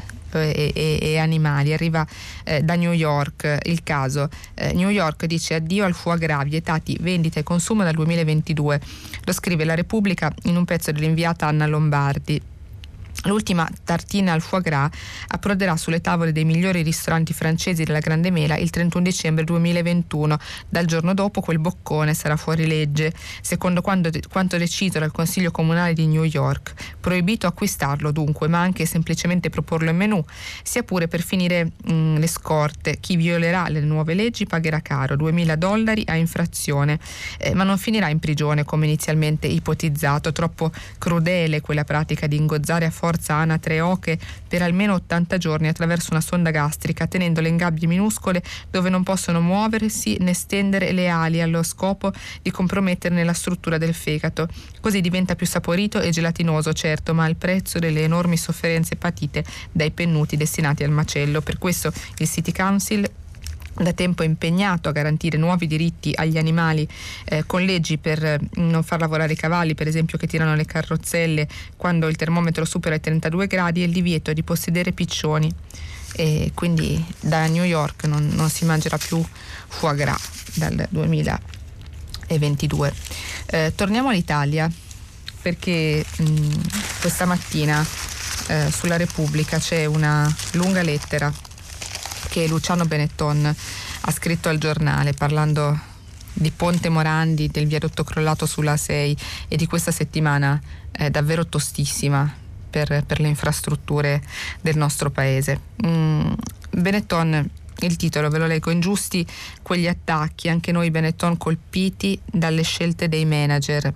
E, e, e animali arriva eh, da New York. Il caso eh, New York dice addio al foie gras, vietati vendita e consumo dal duemilaventidue. Lo scrive La Repubblica in un pezzo dell'inviata Anna Lombardi. L'ultima tartina al foie gras approderà sulle tavole dei migliori ristoranti francesi della Grande Mela il trentuno dicembre duemilaventuno. Dal giorno dopo quel boccone sarà fuori legge, secondo quanto, quanto deciso dal Consiglio Comunale di New York. Proibito acquistarlo dunque, ma anche semplicemente proporlo in menù, sia pure per finire mh, le scorte. Chi violerà le nuove leggi pagherà caro, duemila dollari a infrazione, eh, ma non finirà in prigione come inizialmente ipotizzato. Troppo crudele quella pratica di ingozzare a forza anatre e oche per almeno ottanta giorni attraverso una sonda gastrica, tenendole in gabbie minuscole dove non possono muoversi né stendere le ali, allo scopo di comprometterne la struttura del fegato. Così diventa più saporito e gelatinoso, certo, ma al prezzo delle enormi sofferenze patite dai pennuti destinati al macello. Per questo il City Council da tempo impegnato a garantire nuovi diritti agli animali eh, con leggi per non far lavorare i cavalli, per esempio, che tirano le carrozzelle quando il termometro supera i trentadue gradi, e il divieto di possedere piccioni. E quindi da New York non, non si mangerà più foie gras dal duemilaventidue. Eh, torniamo all'Italia, perché mh, questa mattina eh, sulla Repubblica c'è una lunga lettera che Luciano Benetton ha scritto al giornale, parlando di Ponte Morandi, del viadotto crollato sulla A sei e di questa settimana eh, davvero tostissima per, per le infrastrutture del nostro paese. Mm, Benetton, il titolo ve lo leggo: ingiusti quegli attacchi, anche noi Benetton colpiti dalle scelte dei manager.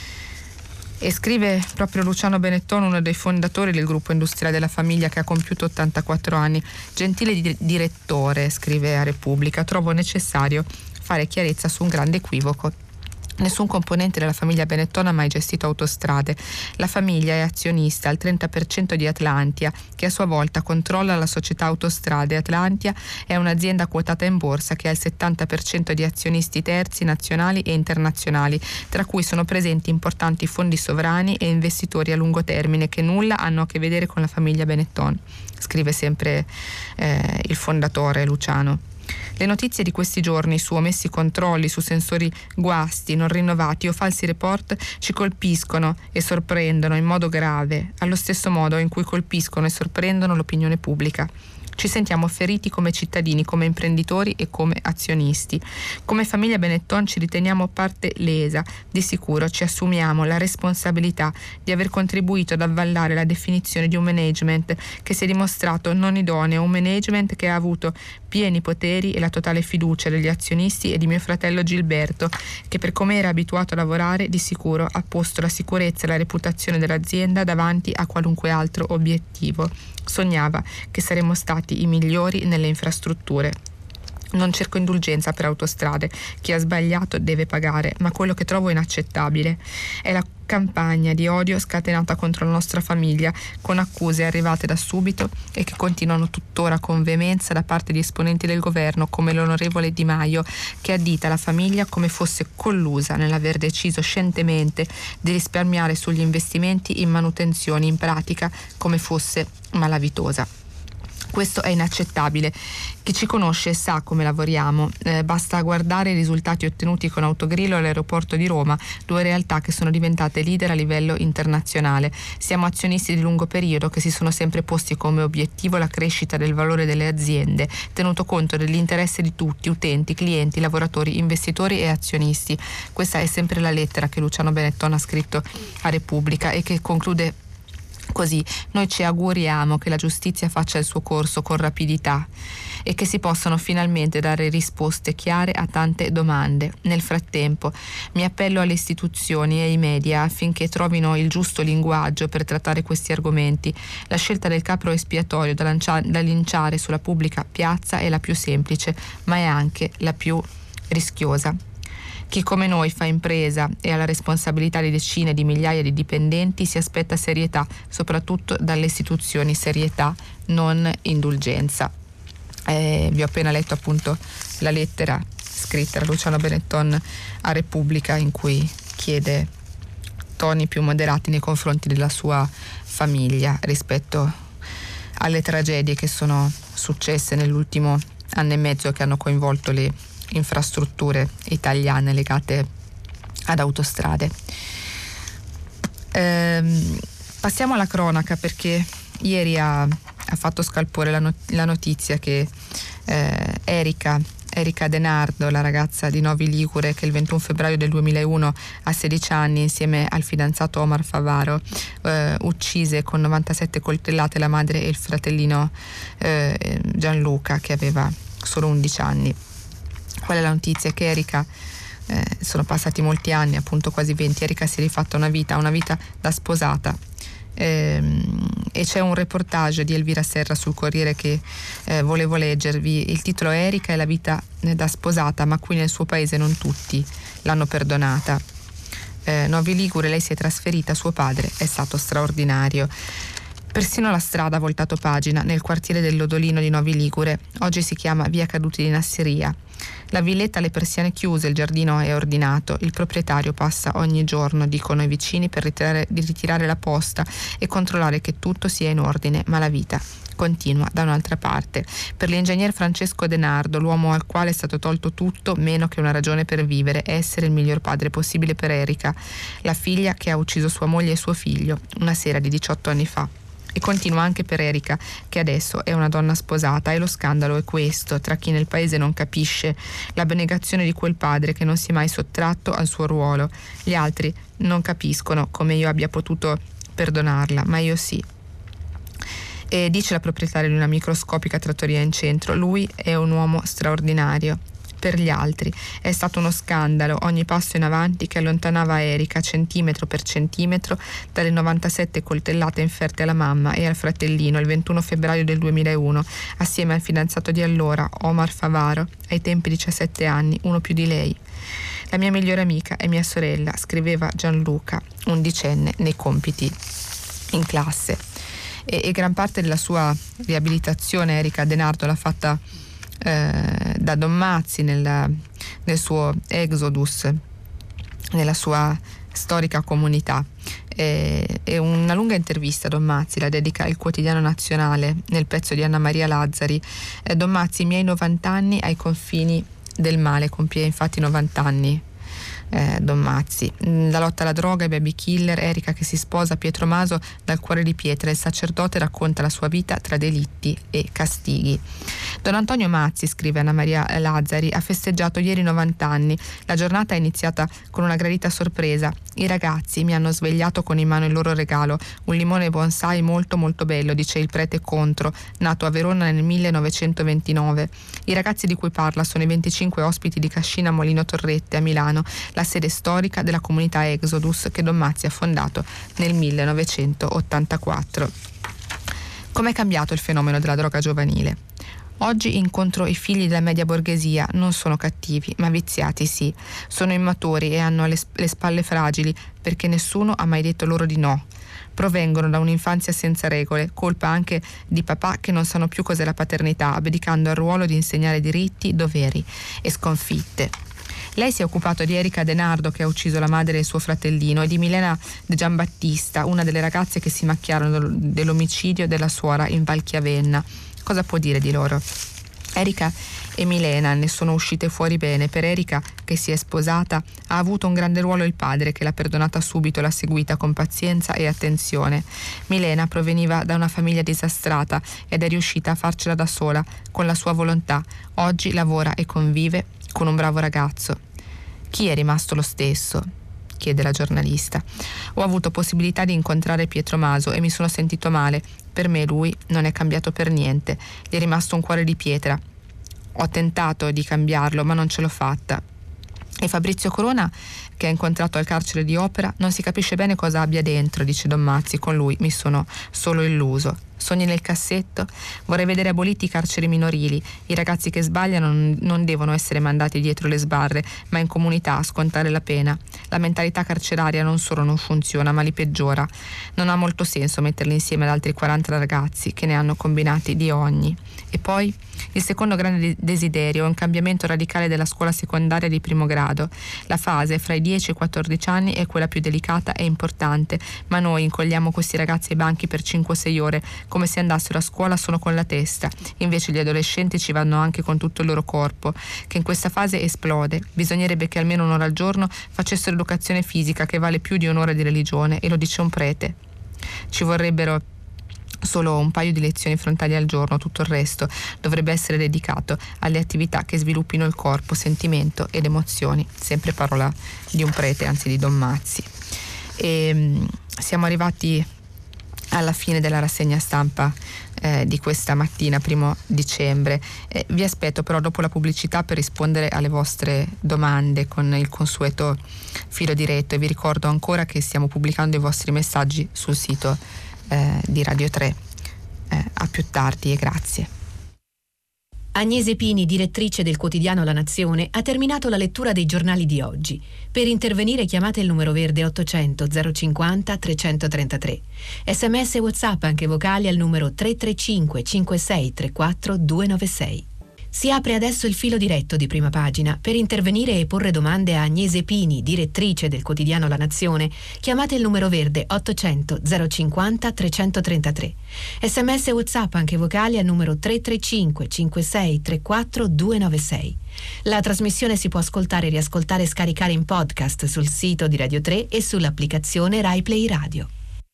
E scrive proprio Luciano Benetton, uno dei fondatori del gruppo industriale della famiglia, che ha compiuto ottantaquattro anni. Gentile di- direttore, scrive a Repubblica, trovo necessario fare chiarezza su un grande equivoco. Nessun componente della famiglia Benetton ha mai gestito autostrade. La famiglia è azionista al trenta per cento di Atlantia, che a sua volta controlla la società Autostrade. Atlantia è un'azienda quotata in borsa che ha il settanta per cento di azionisti terzi nazionali e internazionali, tra cui sono presenti importanti fondi sovrani e investitori a lungo termine che nulla hanno a che vedere con la famiglia Benetton, scrive sempre eh, il fondatore Luciano. Le notizie di questi giorni su omessi controlli, su sensori guasti non rinnovati o falsi report ci colpiscono e sorprendono in modo grave, allo stesso modo in cui colpiscono e sorprendono l'opinione pubblica. Ci sentiamo feriti come cittadini, come imprenditori e come azionisti. Come famiglia Benetton ci riteniamo parte lesa. Di sicuro ci assumiamo la responsabilità di aver contribuito ad avvallare la definizione di un management che si è dimostrato non idoneo, un management che ha avuto pieni poteri e la totale fiducia degli azionisti e di mio fratello Gilberto, che per come era abituato a lavorare di sicuro ha posto la sicurezza e la reputazione dell'azienda davanti a qualunque altro obiettivo. Sognava che saremmo stati i migliori nelle infrastrutture. Non cerco indulgenza per Autostrade, chi ha sbagliato deve pagare, ma quello che trovo inaccettabile è la campagna di odio scatenata contro la nostra famiglia, con accuse arrivate da subito e che continuano tuttora con veemenza da parte di esponenti del governo, come l'onorevole Di Maio, che addita la famiglia come fosse collusa nell'aver deciso scientemente di risparmiare sugli investimenti in manutenzioni, in pratica come fosse malavitosa. Questo è inaccettabile. Chi ci conosce sa come lavoriamo, eh, basta guardare i risultati ottenuti con Autogrillo all'aeroporto di Roma, due realtà che sono diventate leader a livello internazionale. Siamo azionisti di lungo periodo che si sono sempre posti come obiettivo la crescita del valore delle aziende, tenuto conto dell'interesse di tutti, utenti, clienti, lavoratori, investitori e azionisti. Questa è sempre la lettera che Luciano Benetton ha scritto a Repubblica e che conclude così: noi ci auguriamo che la giustizia faccia il suo corso con rapidità e che si possano finalmente dare risposte chiare a tante domande. Nel frattempo mi appello alle istituzioni e ai media affinché trovino il giusto linguaggio per trattare questi argomenti. La scelta del capro espiatorio da, lancia- da linciare sulla pubblica piazza è la più semplice, ma è anche la più rischiosa. Chi come noi fa impresa e ha la responsabilità di decine di migliaia di dipendenti si aspetta serietà, soprattutto dalle istituzioni, serietà, non indulgenza. Eh, vi ho appena letto appunto la lettera scritta da Luciano Benetton a Repubblica, in cui chiede toni più moderati nei confronti della sua famiglia rispetto alle tragedie che sono successe nell'ultimo anno e mezzo, che hanno coinvolto le infrastrutture italiane legate ad Autostrade. Ehm, passiamo alla cronaca, perché ieri ha, ha fatto scalpore la, not- la notizia che eh, Erika Erika Denardo, la ragazza di Novi Ligure che il ventuno febbraio del duemilauno a sedici anni insieme al fidanzato Omar Favaro eh, uccise con novantasette coltellate la madre e il fratellino eh, Gianluca, che aveva solo undici anni. Qual è la notizia? Che Erika, eh, sono passati molti anni, appunto quasi venti, Erika si è rifatta una vita, una vita da sposata, ehm, e c'è un reportage di Elvira Serra sul Corriere che eh, volevo leggervi. Il titolo è Erika e la vita da sposata, ma qui nel suo paese non tutti l'hanno perdonata. Eh, Novi Ligure, lei si è trasferita, suo padre è stato straordinario. Persino la strada ha voltato pagina nel quartiere del Lodolino di Novi Ligure. Oggi si chiama Via Caduti di Nasseria. La villetta ha le persiane chiuse, il giardino è ordinato, il proprietario passa ogni giorno, dicono i vicini, per ritirare, di ritirare la posta e controllare che tutto sia in ordine, ma la vita continua da un'altra parte. Per l'ingegner Francesco Denardo, l'uomo al quale è stato tolto tutto meno che una ragione per vivere, è essere il miglior padre possibile per Erika, la figlia che ha ucciso sua moglie e suo figlio una sera di diciotto anni fa. E continua anche per Erika, che adesso è una donna sposata, e lo scandalo è questo, tra chi nel paese non capisce l'abnegazione di quel padre che non si è mai sottratto al suo ruolo. Gli altri non capiscono come io abbia potuto perdonarla, ma io sì. E dice la proprietaria di una microscopica trattoria in centro, lui è un uomo straordinario. Per gli altri è stato uno scandalo ogni passo in avanti che allontanava Erika centimetro per centimetro dalle novantasette coltellate inferte alla mamma e al fratellino il ventuno febbraio del duemilauno, assieme al fidanzato di allora, Omar Favaro, ai tempi diciassette anni, uno più di lei. La mia migliore amica è mia sorella, scriveva Gianluca, undicenne, nei compiti in classe. E, e gran parte della sua riabilitazione Erika Denardo l'ha fatta eh, da Don Mazzi nel, nel suo Exodus, nella sua storica comunità. E, e una lunga intervista Don Mazzi la dedica il Quotidiano Nazionale nel pezzo di Anna Maria Lazzari. eh, Don Mazzi, i miei novanta anni ai confini del male, compie infatti novanta anni. Eh, Don Mazzi, la lotta alla droga, i baby killer, Erika che si sposa, Pietro Maso dal cuore di pietra, il sacerdote racconta la sua vita tra delitti e castighi. Don Antonio Mazzi, scrive Anna Maria Lazzari, ha festeggiato ieri novanta anni. La giornata è iniziata con una gradita sorpresa. I ragazzi mi hanno svegliato con in mano il loro regalo, un limone bonsai molto molto bello, dice il prete Contro, nato a Verona nel millenovecentoventinove. I ragazzi di cui parla sono i venticinque ospiti di Cascina Molino Torrette a Milano, la sede storica della comunità Exodus che Don Mazzi ha fondato nel millenovecentottantaquattro. Com'è cambiato il fenomeno della droga giovanile? Oggi incontro i figli della media borghesia, non sono cattivi, ma viziati sì. Sono immaturi e hanno le, le spalle fragili perché nessuno ha mai detto loro di no. Provengono da un'infanzia senza regole, colpa anche di papà che non sanno più cos'è la paternità, abdicando al ruolo di insegnare diritti, doveri e sconfitte. Lei si è occupato di Erika Denardo, che ha ucciso la madre e il suo fratellino, e di Milena De Giambattista, una delle ragazze che si macchiarono dell'omicidio della suora in Val Chiavenna. Cosa può dire di loro? Erika e Milena ne sono uscite fuori bene. Per Erika, che si è sposata, ha avuto un grande ruolo il padre, che l'ha perdonata subito e l'ha seguita con pazienza e attenzione. Milena proveniva da una famiglia disastrata ed è riuscita a farcela da sola, con la sua volontà. Oggi lavora e convive con un bravo ragazzo. Chi è rimasto lo stesso? Chiede la giornalista. Ho avuto possibilità di incontrare Pietro Maso e mi sono sentito male. Per me lui non è cambiato per niente. Gli è rimasto un cuore di pietra. Ho tentato di cambiarlo, ma non ce l'ho fatta. E Fabrizio Corona, che ha incontrato al carcere di Opera, non si capisce bene cosa abbia dentro, dice Don Mazzi. Con lui mi sono solo illuso. Sogni nel cassetto? Vorrei vedere aboliti i carceri minorili. I ragazzi che sbagliano non devono essere mandati dietro le sbarre, ma in comunità a scontare la pena. La mentalità carceraria non solo non funziona, ma li peggiora. Non ha molto senso metterli insieme ad altri quaranta ragazzi che ne hanno combinati di ogni. E poi il secondo grande desiderio è un cambiamento radicale della scuola secondaria di primo grado. La fase fra i dieci e i quattordici anni è quella più delicata e importante, ma noi incolliamo questi ragazzi ai banchi per cinque o sei ore, come se andassero a scuola solo con la testa. Invece gli adolescenti ci vanno anche con tutto il loro corpo, che in questa fase esplode. Bisognerebbe che almeno un'ora al giorno facessero educazione fisica, che vale più di un'ora di religione, e lo dice un prete. Ci vorrebbero solo un paio di lezioni frontali al giorno, tutto il resto dovrebbe essere dedicato alle attività che sviluppino il corpo, sentimento ed emozioni. Sempre parola di un prete, anzi di Don Mazzi. E siamo arrivati alla fine della rassegna stampa eh, di questa mattina, primo dicembre. Eh, vi aspetto però dopo la pubblicità per rispondere alle vostre domande con il consueto filo diretto, e vi ricordo ancora che stiamo pubblicando i vostri messaggi sul sito eh, di Radio tre. Eh, a più tardi e grazie. Agnese Pini, direttrice del quotidiano La Nazione, ha terminato la lettura dei giornali di oggi. Per intervenire chiamate il numero verde ottocento zero cinquanta trecentotrentatré. Sms e WhatsApp anche vocali al numero tre tre cinque cinque sei tre quattro due nove sei. Si apre adesso il filo diretto di Prima Pagina. Per intervenire e porre domande a Agnese Pini, direttrice del quotidiano La Nazione, chiamate il numero verde ottocento zero cinquanta trecentotrentatré. Sms e WhatsApp anche vocali al numero tre tre cinque cinque sei tre quattro due nove sei. La trasmissione si può ascoltare, riascoltare e scaricare in podcast sul sito di Radio tre e sull'applicazione Rai Play Radio.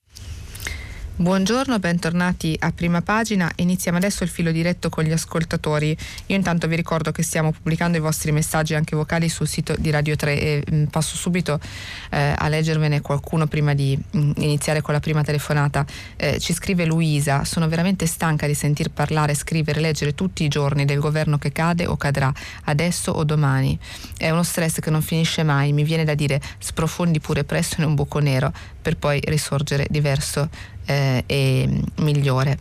Buongiorno, bentornati a Prima Pagina. Iniziamo adesso il filo diretto con gli ascoltatori. Io intanto vi ricordo che stiamo pubblicando i vostri messaggi anche vocali sul sito di Radio tre e mh, passo subito eh, a leggervene qualcuno prima di mh, iniziare con la prima telefonata. Eh, ci scrive Luisa: sono veramente stanca di sentir parlare, scrivere, leggere tutti i giorni del governo che cade o cadrà, adesso o domani. È uno stress che non finisce mai, mi viene da dire sprofondi pure presto in un buco nero per poi risorgere diverso Eh, e migliore.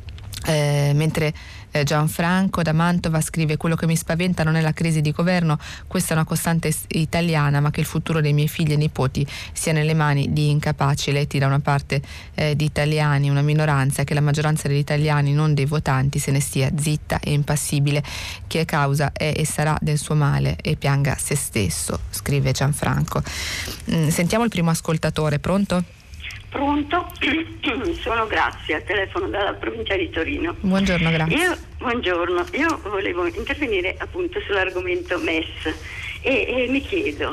Eh, mentre eh, Gianfranco da Mantova scrive: quello che mi spaventa non è la crisi di governo, questa è una costante italiana, ma che il futuro dei miei figli e nipoti sia nelle mani di incapaci eletti da una parte eh, di italiani, una minoranza, e che la maggioranza degli italiani, non dei votanti, se ne stia zitta e impassibile. Chi è causa è e sarà del suo male e pianga se stesso, scrive Gianfranco. Mm, sentiamo il primo ascoltatore. Pronto? Pronto? Sono Grazia, telefono dalla provincia di Torino. Buongiorno, Grazia. Io, buongiorno, io volevo intervenire appunto sull'argomento M E S e, e mi chiedo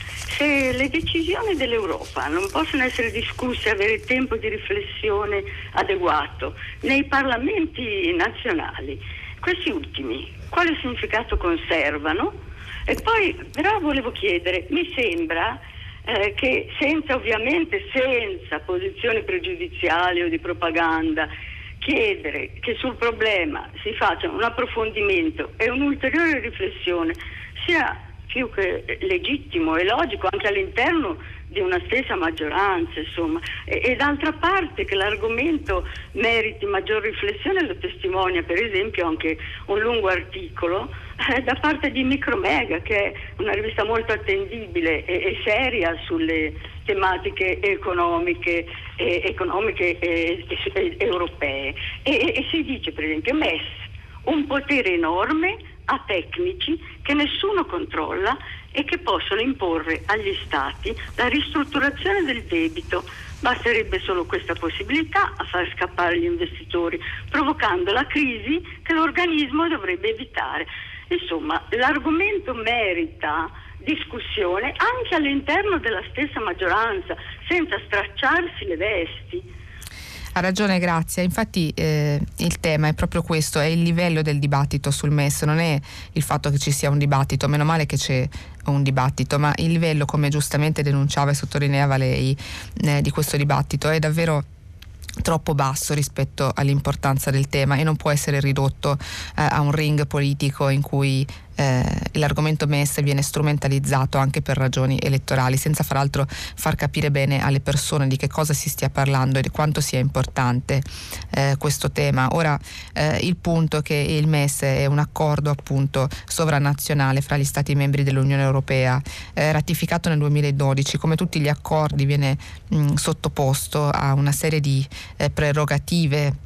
se le decisioni dell'Europa non possono essere discusse e avere tempo di riflessione adeguato nei parlamenti nazionali. Questi ultimi, quale significato conservano? E poi però volevo chiedere, mi sembra Eh, che senza ovviamente senza posizioni pregiudiziali o di propaganda, chiedere che sul problema si faccia un approfondimento e un'ulteriore riflessione sia più che legittimo e logico anche all'interno di una stessa maggioranza, insomma, e, e d'altra parte che l'argomento meriti maggior riflessione lo testimonia per esempio anche un lungo articolo eh, da parte di Micromega, che è una rivista molto attendibile e, e seria sulle tematiche economiche e, economiche e, e, e, europee e, e, e si dice per esempio M E S un potere enorme a tecnici che nessuno controlla e che possono imporre agli stati la ristrutturazione del debito. Basterebbe solo questa possibilità a far scappare gli investitori, provocando la crisi che l'organismo dovrebbe evitare. Insomma, l'argomento merita discussione anche all'interno della stessa maggioranza, senza stracciarsi le vesti. Ha ragione Grazia, infatti eh, il tema è proprio questo, è il livello del dibattito sul M E S, non è il fatto che ci sia un dibattito, meno male che c'è un dibattito, ma il livello, come giustamente denunciava e sottolineava lei, eh, di questo dibattito è davvero troppo basso rispetto all'importanza del tema e non può essere ridotto eh, a un ring politico in cui eh, l'argomento M E S viene strumentalizzato anche per ragioni elettorali, senza fra l'altro far capire bene alle persone di che cosa si stia parlando e di quanto sia importante eh, questo tema. Ora eh, il punto è che il M E S è un accordo appunto sovranazionale fra gli Stati membri dell'Unione Europea, eh, ratificato nel duemiladodici. Come tutti gli accordi viene mh, sottoposto a una serie di eh, prerogative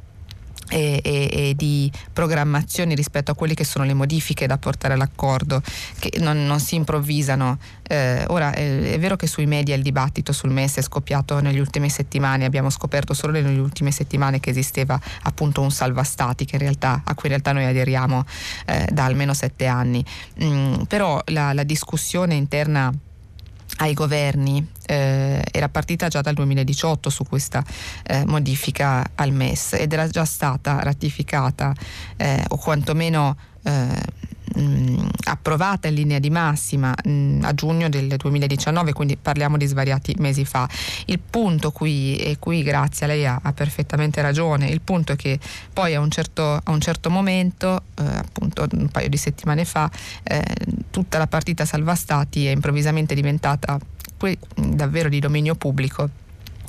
E, e, e di programmazioni rispetto a quelle che sono le modifiche da portare all'accordo, che non, non si improvvisano. Eh, ora è, è vero che sui media il dibattito sul M E S è scoppiato negli ultime settimane, abbiamo scoperto solo nelle ultime settimane che esisteva appunto un salva stati che in realtà, a cui in realtà noi aderiamo eh, da almeno sette anni. Mm, però la, la discussione interna ai governi eh, era partita già dal duemiladiciotto su questa eh, modifica al M E S ed era già stata ratificata eh, o quantomeno eh, mh, approvata in linea di massima mh, a giugno del duemiladiciannove, quindi parliamo di svariati mesi fa. Il punto qui, e qui Grazia lei ha, ha perfettamente ragione, il punto è che poi a un certo, a un certo momento eh, appunto un paio di settimane fa eh, tutta la partita salva stati è improvvisamente diventata que- davvero di dominio pubblico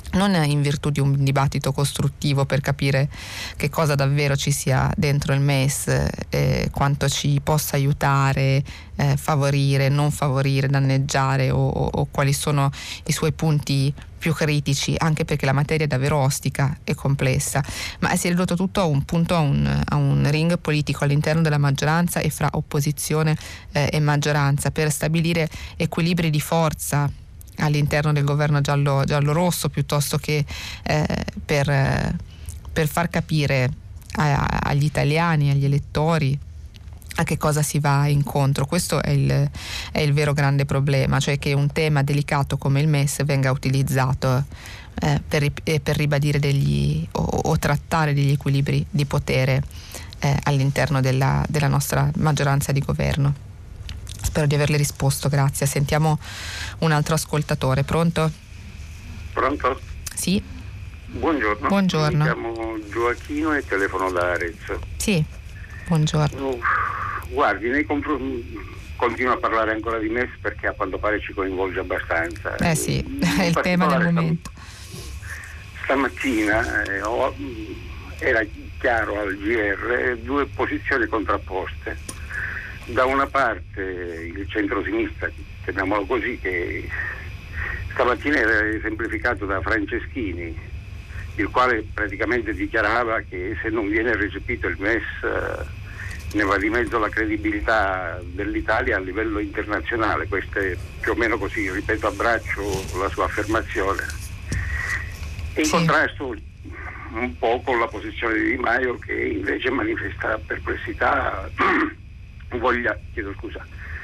non in virtù di un dibattito costruttivo per capire che cosa davvero ci sia dentro il M E S, eh, quanto ci possa aiutare, eh, favorire, non favorire, danneggiare o, o, o quali sono i suoi punti più critici, anche perché la materia è davvero ostica e complessa, ma si è ridotto tutto a un punto, a un, a un ring politico all'interno della maggioranza e fra opposizione eh, e maggioranza, per stabilire equilibri di forza all'interno del governo giallo, giallo-rosso, piuttosto che eh, per, eh, per far capire a, agli italiani, agli elettori, a che cosa si va incontro. Questo è il, è il vero grande problema, cioè che un tema delicato come il M E S venga utilizzato eh, per, per ribadire degli o, o trattare degli equilibri di potere eh, all'interno della, della nostra maggioranza di governo. Spero di averle risposto, grazie. Sentiamo un altro ascoltatore. Pronto? Pronto? Sì. Buongiorno. Buongiorno. Mi chiamo Gioacchino e telefono da Arezzo. Sì, buongiorno. Uh, guardi, nei confr- continuo a parlare ancora di M E S perché a quanto pare ci coinvolge abbastanza. Eh sì, è il tema del momento. Stamattina eh, ho, era chiaro al G R due posizioni contrapposte. Da una parte il centro-sinistra, chiamiamolo così, che stamattina era esemplificato da Franceschini, il quale praticamente dichiarava che se non viene recepito il M E S eh, ne va di mezzo la credibilità dell'Italia a livello internazionale. Questo è più o meno così, ripeto a braccio la sua affermazione. In sì. contrasto un po' con la posizione di Di Maio, che invece manifesta perplessità voglia, chiedo scusa,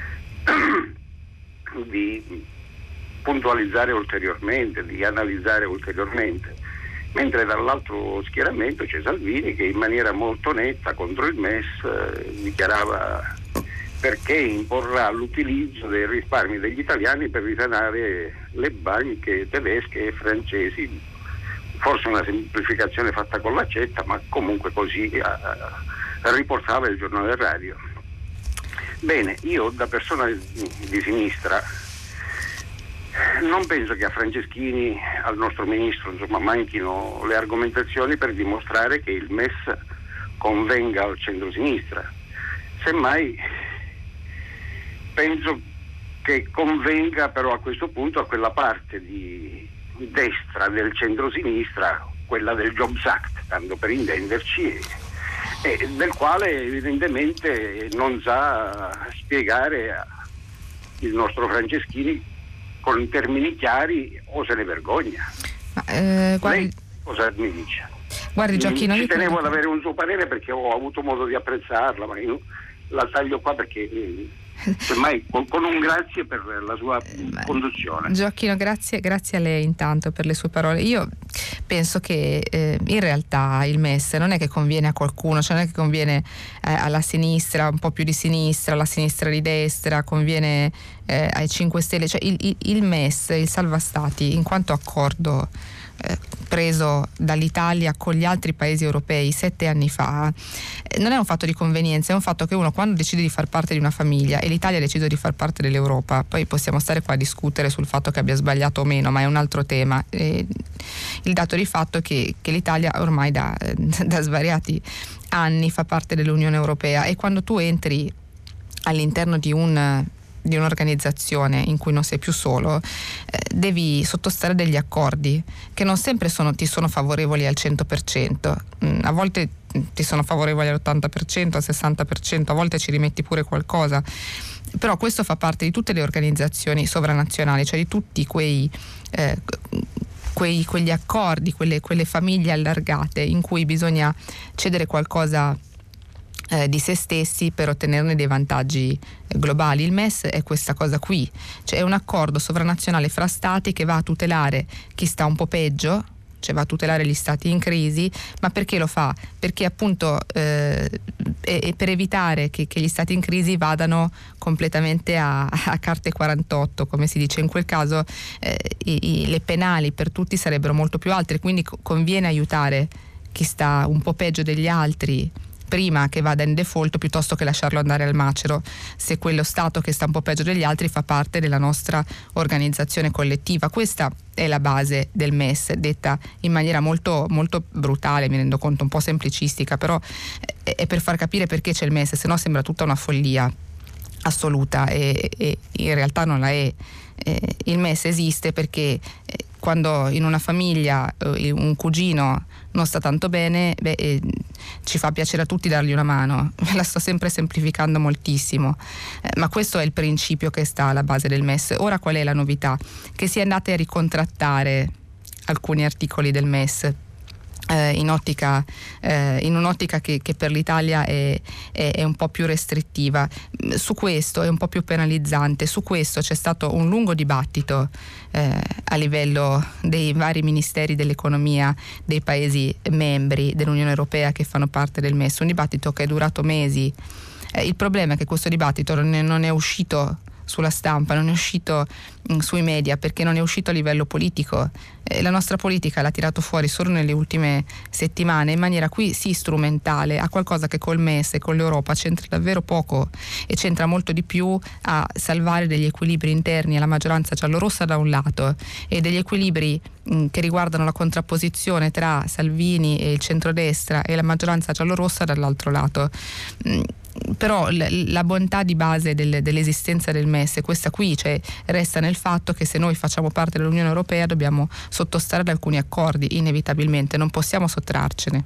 di puntualizzare ulteriormente, di analizzare ulteriormente, mentre dall'altro schieramento c'è Salvini che in maniera molto netta contro il M E S eh, dichiarava perché imporrà l'utilizzo dei risparmi degli italiani per risanare le banche tedesche e francesi. Forse una semplificazione fatta con l'accetta, ma comunque così eh, riportava il giornale radio. Bene, io da persona di sinistra non penso che a Franceschini, al nostro ministro, insomma, manchino le argomentazioni per dimostrare che il M E S convenga al centro-sinistra. Semmai penso che convenga però a questo punto a quella parte di destra del centro-sinistra, quella del Jobs Act, tanto per intenderci, e del quale evidentemente non sa spiegare il nostro Franceschini con termini chiari, o se ne vergogna. Ma, eh, guardi... Lei cosa mi dice? Guardi Gioacchino, ci tenevo ad avere un suo parere perché ho avuto modo di apprezzarla, ma io la taglio qua perché semmai con, con un grazie per la sua conduzione. Gioacchino, grazie, grazie a lei intanto per le sue parole. Io penso che eh, in realtà il M E S non è che conviene a qualcuno, cioè non è che conviene eh, alla sinistra, un po' più di sinistra, alla sinistra di destra, conviene eh, ai cinque Stelle, cioè il, il, il M E S, il salva stati, in quanto accordo eh, preso dall'Italia con gli altri paesi europei sette anni fa, eh, non è un fatto di convenienza, è un fatto che uno, quando decide di far parte di una famiglia, e l'Italia ha deciso di far parte dell'Europa, poi possiamo stare qua a discutere sul fatto che abbia sbagliato o meno, ma è un altro tema. Eh, il dato di fatto è che, che l'Italia ormai da, da svariati anni fa parte dell'Unione Europea, e quando tu entri all'interno di un di un'organizzazione in cui non sei più solo, eh, devi sottostare degli accordi che non sempre sono, ti sono favorevoli al cento per cento, mm, a volte ti sono favorevoli all'ottanta per cento, al sessanta per cento, a volte ci rimetti pure qualcosa, però questo fa parte di tutte le organizzazioni sovranazionali, cioè di tutti quei eh, quei, quegli accordi, quelle, quelle famiglie allargate in cui bisogna cedere qualcosa Eh, di se stessi per ottenerne dei vantaggi eh, globali. Il M E S è questa cosa qui, cioè è un accordo sovranazionale fra stati che va a tutelare chi sta un po' peggio, cioè va a tutelare gli stati in crisi, ma perché lo fa? Perché appunto eh, è, è per evitare che, che gli stati in crisi vadano completamente a, a carte quarantotto, come si dice. In quel caso eh, i, i, le penali per tutti sarebbero molto più alte, quindi co- conviene aiutare chi sta un po' peggio degli altri prima che vada in default piuttosto che lasciarlo andare al macero, se quello Stato che sta un po' peggio degli altri fa parte della nostra organizzazione collettiva. Questa è la base del M E S, detta in maniera molto, molto brutale, mi rendo conto, un po' semplicistica, però è per far capire perché c'è il M E S, se no sembra tutta una follia assoluta, e, e in realtà non la è. Eh, il M E S esiste perché eh, quando in una famiglia eh, un cugino non sta tanto bene, beh, eh, ci fa piacere a tutti dargli una mano. La sto sempre semplificando moltissimo, eh, ma questo è il principio che sta alla base del M E S. Ora qual è la novità? Che si è andate a ricontrattare alcuni articoli del M E S Eh, in, ottica, eh, in un'ottica che, che per l'Italia è, è, è un po' più restrittiva. Su questo è un po' più penalizzante. Su questo c'è stato un lungo dibattito eh, a livello dei vari ministeri dell'economia dei Paesi membri dell'Unione Europea che fanno parte del M E S, un dibattito che è durato mesi. Eh, il problema è che questo dibattito non è, non è uscito sulla stampa, non è uscito mh, sui media, perché non è uscito a livello politico. Eh, la nostra politica l'ha tirato fuori solo nelle ultime settimane in maniera qui sì strumentale, a qualcosa che col M E S e con l'Europa c'entra davvero poco, e c'entra molto di più a salvare degli equilibri interni alla maggioranza giallorossa da un lato, e degli equilibri mh, che riguardano la contrapposizione tra Salvini e il centrodestra e la maggioranza giallorossa dall'altro lato. Mh, però l- la bontà di base del, dell'esistenza del M E S è questa qui, cioè resta nel fatto che se noi facciamo parte dell'Unione Europea dobbiamo sottostare ad alcuni accordi, inevitabilmente, non possiamo sottrarcene.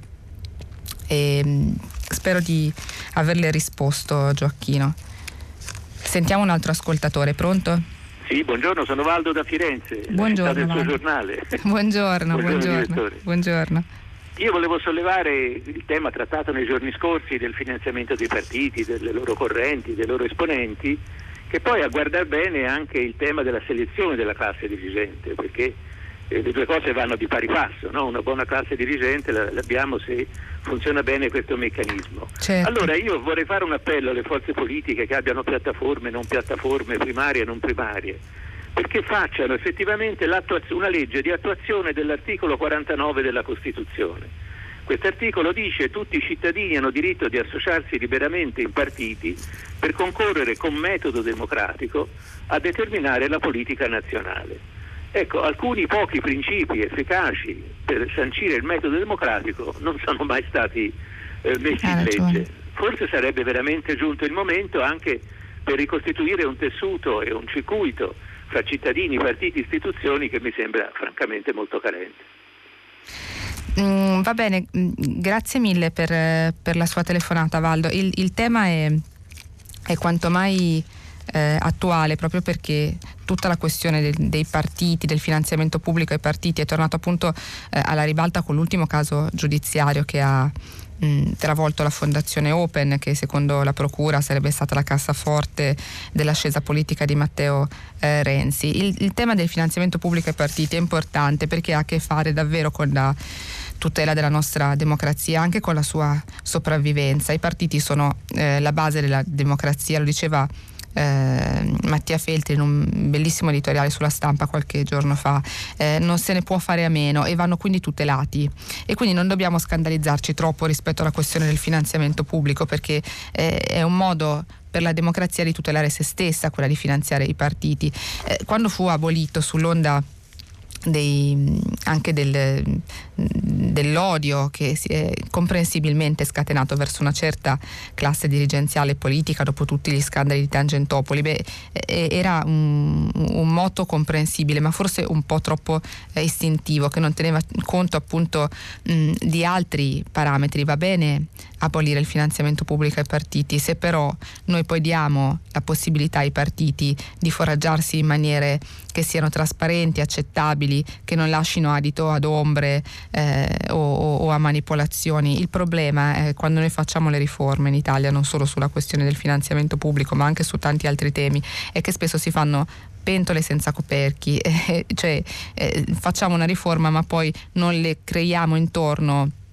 E, mh, spero di averle risposto, Gioacchino. Sentiamo un altro ascoltatore, pronto? Sì, buongiorno, sono Valdo da Firenze, buongiorno, del suo Valdo. giornale. Buongiorno, buongiorno, buongiorno. buongiorno. Io volevo sollevare il tema trattato nei giorni scorsi del finanziamento dei partiti, delle loro correnti, dei loro esponenti, che poi a guardar bene anche il tema della selezione della classe dirigente, perché eh, le due cose vanno di pari passo, no? Una buona classe dirigente la, l'abbiamo se funziona bene questo meccanismo. Certo. Allora io vorrei fare un appello alle forze politiche che abbiano piattaforme, non piattaforme, primarie e non primarie, perché facciano effettivamente una legge di attuazione dell'articolo quarantanove della Costituzione. Questo articolo dice che tutti i cittadini hanno diritto di associarsi liberamente in partiti per concorrere con metodo democratico a determinare la politica nazionale. Ecco, alcuni pochi principi efficaci per sancire il metodo democratico non sono mai stati eh, messi in legge. Forse sarebbe veramente giunto il momento anche per ricostituire un tessuto e un circuito fra cittadini, partiti, istituzioni che mi sembra francamente molto carente. Mm, va bene, grazie mille per, per la sua telefonata, Valdo. Il, il tema è, è quanto mai eh, attuale, proprio perché tutta la questione del, dei partiti, del finanziamento pubblico ai partiti è tornato appunto eh, alla ribalta con l'ultimo caso giudiziario che ha mh, travolto la Fondazione Open, che secondo la procura sarebbe stata la cassaforte dell'ascesa politica di Matteo eh, Renzi. Il, il tema del finanziamento pubblico ai partiti è importante perché ha a che fare davvero con la tutela della nostra democrazia, anche con la sua sopravvivenza. I partiti sono eh, la base della democrazia, lo diceva Eh, Mattia Feltri in un bellissimo editoriale sulla Stampa qualche giorno fa. Eh, non se ne può fare a meno e vanno quindi tutelati, e quindi non dobbiamo scandalizzarci troppo rispetto alla questione del finanziamento pubblico, perché eh, è un modo per la democrazia di tutelare se stessa, quella di finanziare i partiti. Eh, quando fu abolito sull'onda dei, anche del, dell'odio che si è comprensibilmente scatenato verso una certa classe dirigenziale politica dopo tutti gli scandali di Tangentopoli, beh, era un, un motto comprensibile, ma forse un po' troppo eh, istintivo, che non teneva conto appunto mh, di altri parametri. Va bene abolire il finanziamento pubblico ai partiti, se però noi poi diamo la possibilità ai partiti di foraggiarsi in maniere che siano trasparenti, accettabili, che non lasciano adito ad ombre eh, o, o a manipolazioni. Il problema è quando noi facciamo le riforme in Italia, non solo sulla questione del finanziamento pubblico ma anche su tanti altri temi, è che spesso si fanno pentole senza coperchi, eh, cioè eh, facciamo una riforma ma poi non le creiamo intorno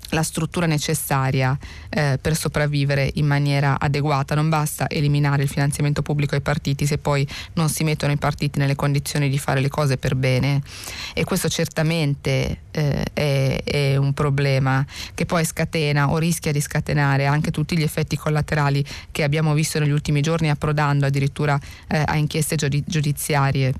la struttura necessaria eh, per sopravvivere in maniera adeguata. Non basta eliminare il finanziamento pubblico ai partiti se poi non si mettono i partiti nelle condizioni di fare le cose per bene, e questo certamente eh, è, è un problema che poi scatena o rischia di scatenare anche tutti gli effetti collaterali che abbiamo visto negli ultimi giorni, approdando addirittura eh, a inchieste giudi- giudiziarie.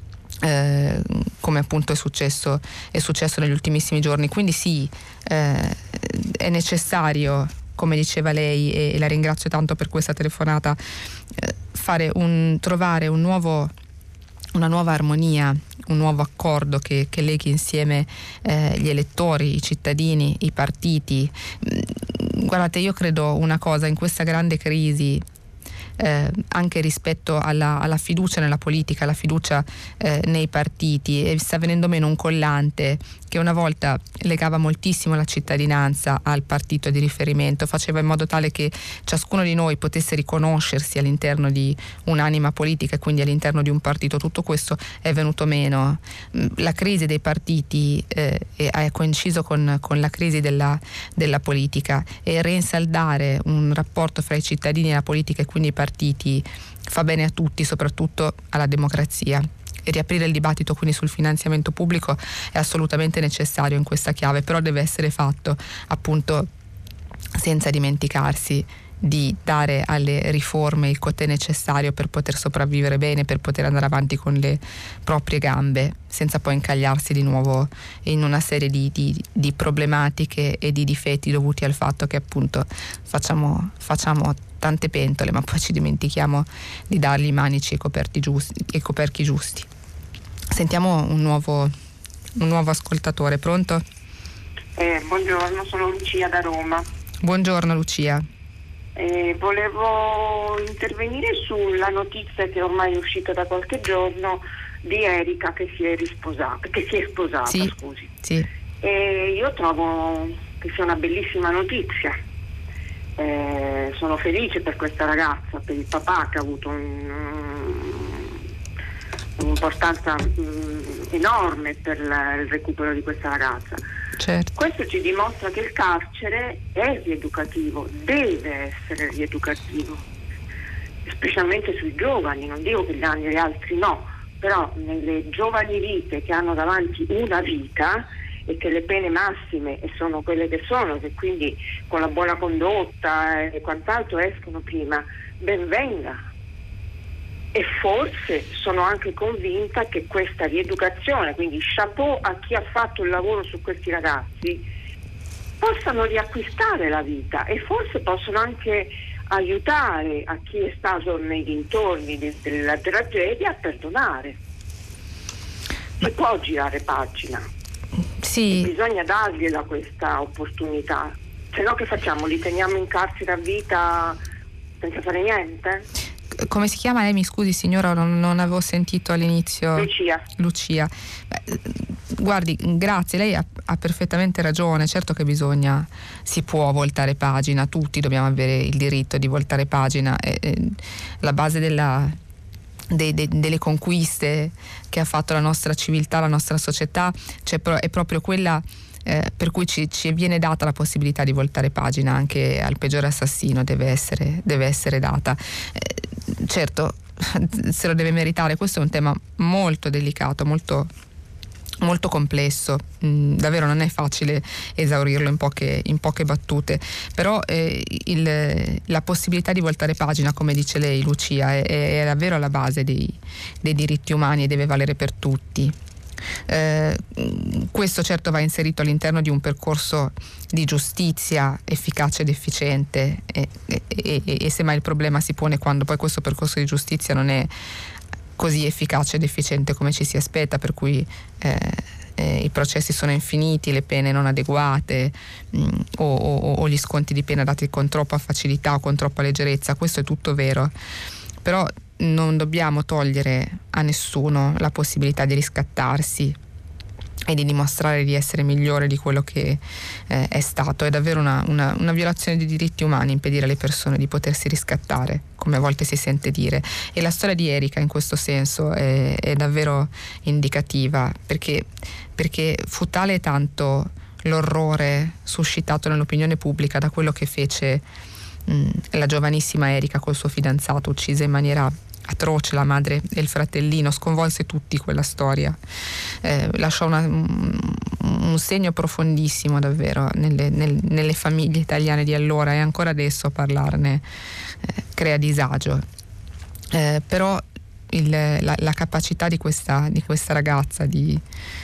Eh, come appunto è successo, è successo negli ultimissimi giorni. Quindi sì, eh, è necessario, come diceva lei, e, e la ringrazio tanto per questa telefonata, eh, fare un, trovare un nuovo, una nuova armonia, un nuovo accordo che, che leghi insieme eh, gli elettori, i cittadini, i partiti. Guardate, io credo una cosa, in questa grande crisi, Eh, anche rispetto alla, alla fiducia nella politica, alla fiducia eh, nei partiti, e sta venendo meno un collante che una volta legava moltissimo la cittadinanza al partito di riferimento, faceva in modo tale che ciascuno di noi potesse riconoscersi all'interno di un'anima politica e quindi all'interno di un partito. Tutto questo è venuto meno. La crisi dei partiti eh, ha coinciso con, con la crisi della, della politica, e rinsaldare un rapporto fra i cittadini e la politica e quindi i partiti fa bene a tutti, soprattutto alla democrazia. E riaprire il dibattito quindi sul finanziamento pubblico è assolutamente necessario in questa chiave, però deve essere fatto appunto senza dimenticarsi di dare alle riforme il cotè necessario per poter sopravvivere bene, per poter andare avanti con le proprie gambe, senza poi incagliarsi di nuovo in una serie di, di, di problematiche e di difetti dovuti al fatto che appunto facciamo, facciamo tante pentole, ma poi ci dimentichiamo di dargli i manici e coperti giusti, e coperchi giusti. Sentiamo un nuovo, un nuovo ascoltatore. Pronto? Eh, buongiorno, sono Lucia da Roma. Buongiorno Lucia. Eh, volevo intervenire sulla notizia che ormai è uscita da qualche giorno di Erika che si è risposata, che si è sposata, sì, scusi. Sì. E io trovo che sia una bellissima notizia. Eh, sono felice per questa ragazza, per il papà che ha avuto un, un'importanza mh, enorme per la, il recupero di questa ragazza. Certo. Questo ci dimostra che il carcere è rieducativo, deve essere rieducativo, specialmente sui giovani. Non dico che gli anni gli altri no, però nelle giovani vite che hanno davanti una vita e che le pene massime sono quelle che sono, che quindi con la buona condotta e quant'altro escono prima, ben venga. E forse sono anche convinta che questa rieducazione, quindi chapeau a chi ha fatto il lavoro su questi ragazzi, possano riacquistare la vita e forse possono anche aiutare a chi è stato nei dintorni de- della tragedia a perdonare. Si può girare pagina. Sì. Bisogna dargliela questa opportunità, se no che facciamo? Li teniamo in carcere a vita senza fare niente? Come si chiama lei? Mi scusi signora, non, non avevo sentito all'inizio. Lucia. Lucia. Beh, guardi, grazie, lei ha, ha perfettamente ragione. Certo che bisogna, si può voltare pagina, tutti dobbiamo avere il diritto di voltare pagina. E, e, la base della De, de, delle conquiste che ha fatto la nostra civiltà, la nostra società, cioè, pro, è proprio quella eh, per cui ci, ci viene data la possibilità di voltare pagina. Anche al peggiore assassino deve essere, deve essere data. Eh, certo, se lo deve meritare. Questo è un tema molto delicato, molto molto complesso, mm, davvero non è facile esaurirlo in poche, in poche battute, però eh, il, la possibilità di voltare pagina, come dice lei Lucia, è, è davvero alla base dei, dei diritti umani e deve valere per tutti. Eh, questo certo va inserito all'interno di un percorso di giustizia efficace ed efficiente e, e, e, e semmai il problema si pone quando poi questo percorso di giustizia non è così efficace ed efficiente come ci si aspetta, per cui eh, eh, i processi sono infiniti, le pene non adeguate mh, o, o, o gli sconti di pena dati con troppa facilità o con troppa leggerezza. Questo è tutto vero, però non dobbiamo togliere a nessuno la possibilità di riscattarsi e di dimostrare di essere migliore di quello che eh, è stato. È davvero una, una, una violazione dei diritti umani impedire alle persone di potersi riscattare, come a volte si sente dire, e la storia di Erika in questo senso è, è davvero indicativa, perché, perché fu tale tanto l'orrore suscitato nell'opinione pubblica da quello che fece mh, la giovanissima Erika col suo fidanzato, uccisa in maniera atroce la madre e il fratellino. Sconvolse tutti quella storia, eh, lasciò una, un, un segno profondissimo davvero nelle, nel, nelle famiglie italiane di allora, e ancora adesso parlarne eh, crea disagio. Eh, però il, la, la capacità di questa, di questa ragazza di,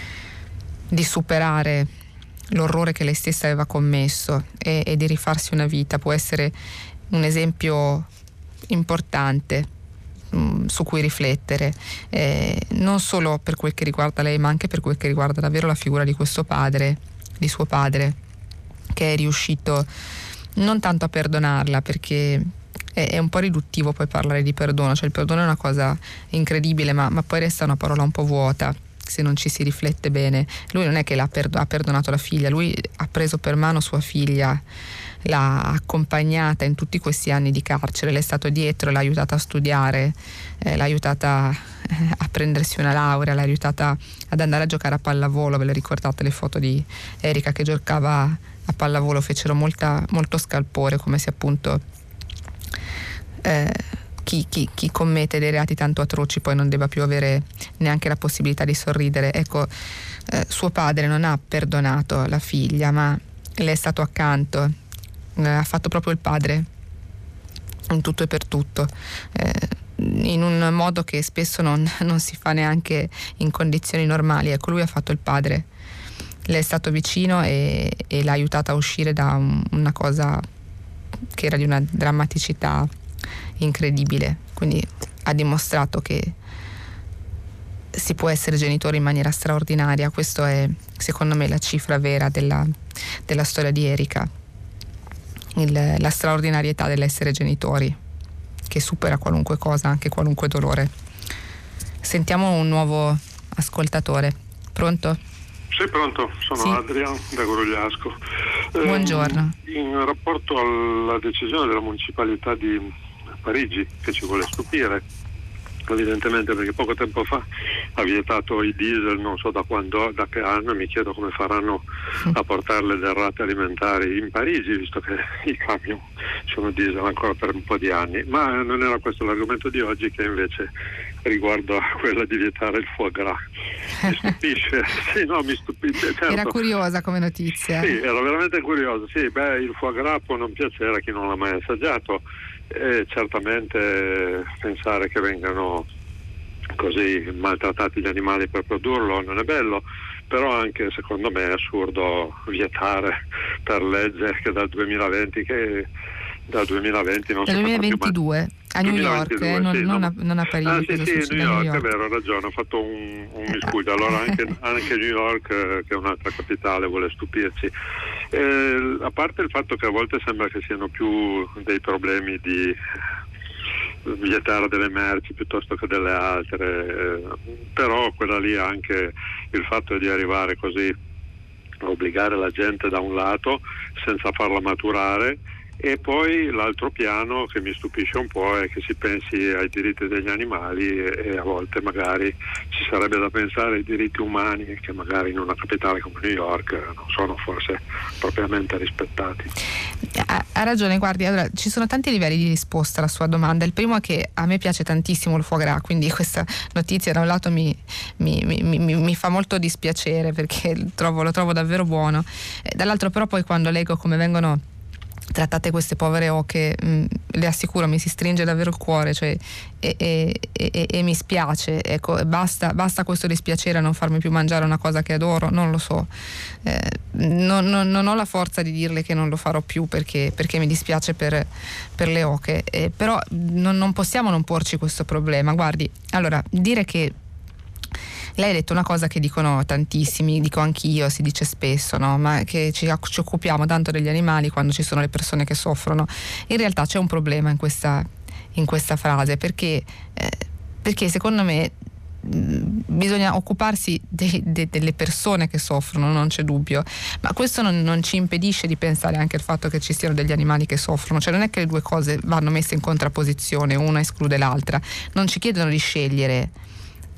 di superare l'orrore che lei stessa aveva commesso e, e di rifarsi una vita può essere un esempio importante su cui riflettere, eh, non solo per quel che riguarda lei, ma anche per quel che riguarda davvero la figura di questo padre, di suo padre, che è riuscito non tanto a perdonarla, perché è, è un po' riduttivo poi parlare di perdono, cioè il perdono è una cosa incredibile, ma, ma poi resta una parola un po' vuota se non ci si riflette bene. Lui non è che l'ha perdo- ha perdonato la figlia, lui ha preso per mano sua figlia, l'ha accompagnata in tutti questi anni di carcere, le è stato dietro, l'ha aiutata a studiare, eh, l'ha aiutata eh, a prendersi una laurea, l'ha aiutata ad andare a giocare a pallavolo. Ve le ricordate le foto di Erika che giocava a pallavolo? Fecero molta, molto scalpore, come se appunto eh, chi, chi, chi commette dei reati tanto atroci poi non debba più avere neanche la possibilità di sorridere. Ecco, eh, suo padre non ha perdonato la figlia, ma le è stato accanto, ha fatto proprio il padre in tutto e per tutto, eh, in un modo che spesso non, non si fa neanche in condizioni normali. Ecco, lui ha fatto il padre, le è stato vicino e, e l'ha aiutata a uscire da un, una cosa che era di una drammaticità incredibile. Quindi ha dimostrato che si può essere genitori in maniera straordinaria. Questo è secondo me la cifra vera della, della storia di Erika. Il, la straordinarietà dell'essere genitori, che supera qualunque cosa, anche qualunque dolore. Sentiamo un nuovo ascoltatore. Pronto? Sì, pronto, sono sì. Adriano da Grugliasco. Buongiorno. Eh, in rapporto alla decisione della municipalità di Parigi, che ci vuole stupire, evidentemente, perché poco tempo fa ha vietato i diesel, non so da quando, da che anno, mi chiedo come faranno a portare le derrate alimentari in Parigi, visto che i camion sono diesel ancora per un po' di anni. Ma non era questo l'argomento di oggi, che invece riguarda quella di vietare il foie gras. Mi stupisce, sì, no, mi stupisce. Certo. Era curiosa come notizia. Sì, era veramente curiosa. Sì, beh, il foie gras può non piacere a chi non l'ha mai assaggiato. E certamente pensare che vengano così maltrattati gli animali per produrlo non è bello, però anche secondo me è assurdo vietare per legge che dal duemilaventi che dal duemilaventi non dal si duemilaventidue a New York, eh, non, sì, non, no. a, non a Parigi. Ah, sì, sì, New York, New York, è vero, ha ragione, ho fatto un, un miscuglio. Allora anche, anche New York, eh, che è un'altra capitale, vuole stupirci. Eh, a parte il fatto che a volte sembra che siano più dei problemi di vietare delle merci piuttosto che delle altre, eh, però quella lì anche il fatto di arrivare così a obbligare la gente da un lato senza farla maturare. E poi l'altro piano che mi stupisce un po' è che si pensi ai diritti degli animali e, e a volte magari ci sarebbe da pensare ai diritti umani, che magari in una capitale come New York non sono forse propriamente rispettati. Ha, ha ragione, guardi, allora ci sono tanti livelli di risposta alla sua domanda. Il primo è che a me piace tantissimo il foie gras, quindi questa notizia da un lato mi, mi, mi, mi, mi fa molto dispiacere, perché lo trovo, lo trovo davvero buono. Eh, dall'altro però poi quando leggo come vengono trattate queste povere oche, mh, le assicuro mi si stringe davvero il cuore, cioè, e, e, e, e mi spiace, ecco, basta, basta questo dispiacere a non farmi più mangiare una cosa che adoro, non lo so, eh, non, non, non ho la forza di dirle che non lo farò più perché, perché mi dispiace per, per le oche, eh, però non, non possiamo non porci questo problema. Guardi, allora, dire che lei ha detto una cosa che dicono tantissimi, dico anch'io, si dice spesso, no? Ma che ci, ci occupiamo tanto degli animali quando ci sono le persone che soffrono. In realtà c'è un problema in questa, in questa frase, perché, eh, perché secondo me mh, bisogna occuparsi de, de, delle persone che soffrono, non c'è dubbio, ma questo non, non ci impedisce di pensare anche al fatto che ci siano degli animali che soffrono, cioè non è che le due cose vanno messe in contrapposizione, una esclude l'altra, non ci chiedono di scegliere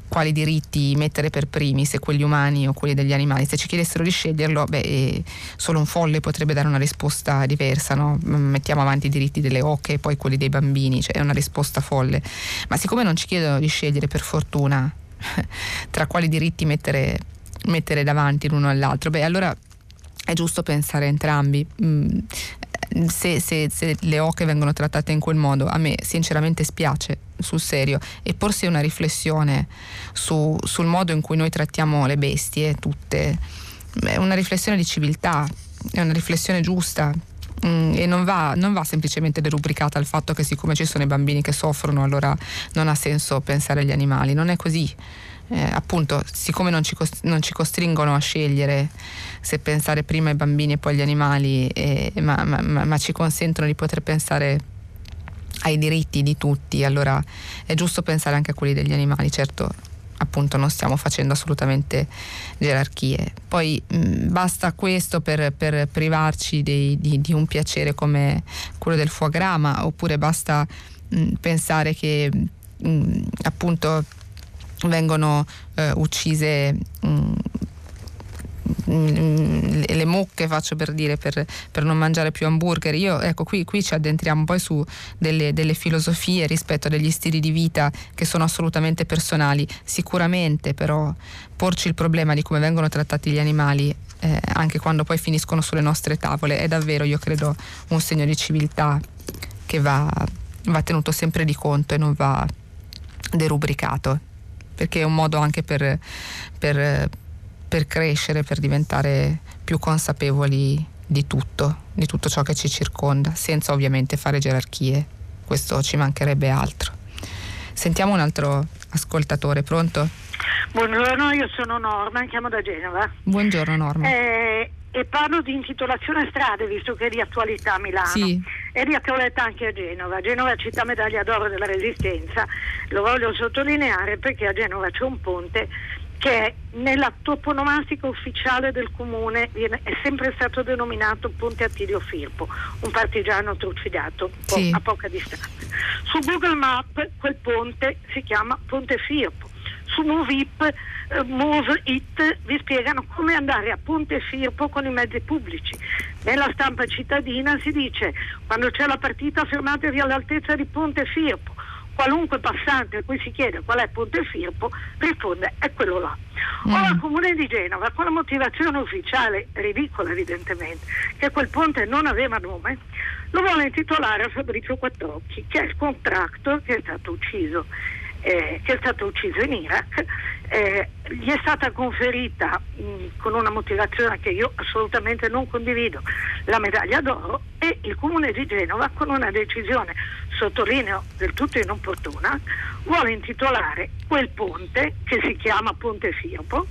quali diritti mettere per primi, se quelli umani o quelli degli animali. Se ci chiedessero di sceglierlo, beh, eh, solo un folle potrebbe dare una risposta diversa, no? Mettiamo avanti i diritti delle oche e poi quelli dei bambini, cioè è una risposta folle. Ma siccome non ci chiedono di scegliere, per fortuna, tra quali diritti mettere, mettere davanti l'uno all'altro, beh, allora è giusto pensare a entrambi. Mm, se, se, se le oche vengono trattate in quel modo, a me sinceramente spiace, sul serio, e porsi una riflessione su, sul modo in cui noi trattiamo le bestie tutte, è una riflessione di civiltà, è una riflessione giusta, mm, e non va, non va semplicemente derubricata al fatto che siccome ci sono i bambini che soffrono allora non ha senso pensare agli animali. Non è così. Eh, appunto, siccome non ci, cost- non ci costringono a scegliere se pensare prima ai bambini e poi agli animali, eh, ma, ma, ma, ma ci consentono di poter pensare ai diritti di tutti, allora è giusto pensare anche a quelli degli animali. Certo, appunto, non stiamo facendo assolutamente gerarchie. Poi mh, basta questo per, per privarci dei, di, di un piacere come quello del foie gras, ma oppure basta mh, pensare che mh, appunto vengono eh, uccise mh, mh, le mucche, faccio per dire, per, per non mangiare più hamburger. Io, ecco, qui, qui ci addentriamo poi su delle, delle filosofie rispetto a degli stili di vita che sono assolutamente personali. Sicuramente però porci il problema di come vengono trattati gli animali eh, anche quando poi finiscono sulle nostre tavole è davvero, io credo, un segno di civiltà che va, va tenuto sempre di conto e non va derubricato, perché è un modo anche per, per, per crescere, per diventare più consapevoli di tutto, di tutto ciò che ci circonda, senza ovviamente fare gerarchie, questo ci mancherebbe altro. Sentiamo un altro ascoltatore, pronto? Buongiorno, io sono Norma, chiamo da Genova. Buongiorno Norma. Eh, e parlo di intitolazione strade, visto che è di attualità a Milano. Sì. È di attualità anche a Genova. Genova è città medaglia d'oro della Resistenza, lo voglio sottolineare perché a Genova c'è un ponte che è nella toponomastica ufficiale del comune, viene, è sempre stato denominato Ponte Attilio Firpo, un partigiano trucidato sì. a poca distanza. Su Google Maps quel ponte si chiama Ponte Firpo. Su Movip, uh, Move It vi spiegano come andare a Ponte Firpo con i mezzi pubblici. Nella stampa cittadina si dice: quando c'è la partita fermatevi all'altezza di Ponte Firpo. Qualunque passante a cui si chiede qual è Ponte Firpo risponde è quello là. Mm. Ora il Comune di Genova, con la motivazione ufficiale, ridicola evidentemente, che quel ponte non aveva nome, lo vuole intitolare a Fabrizio Quattrocchi, che è il contractor che è stato ucciso Eh, che è stato ucciso in Iraq. Eh, gli è stata conferita mh, con una motivazione che io assolutamente non condivido, la medaglia d'oro, e il Comune di Genova, con una decisione, sottolineo, del tutto inopportuna, vuole intitolare quel ponte, che si chiama Ponte Firpo,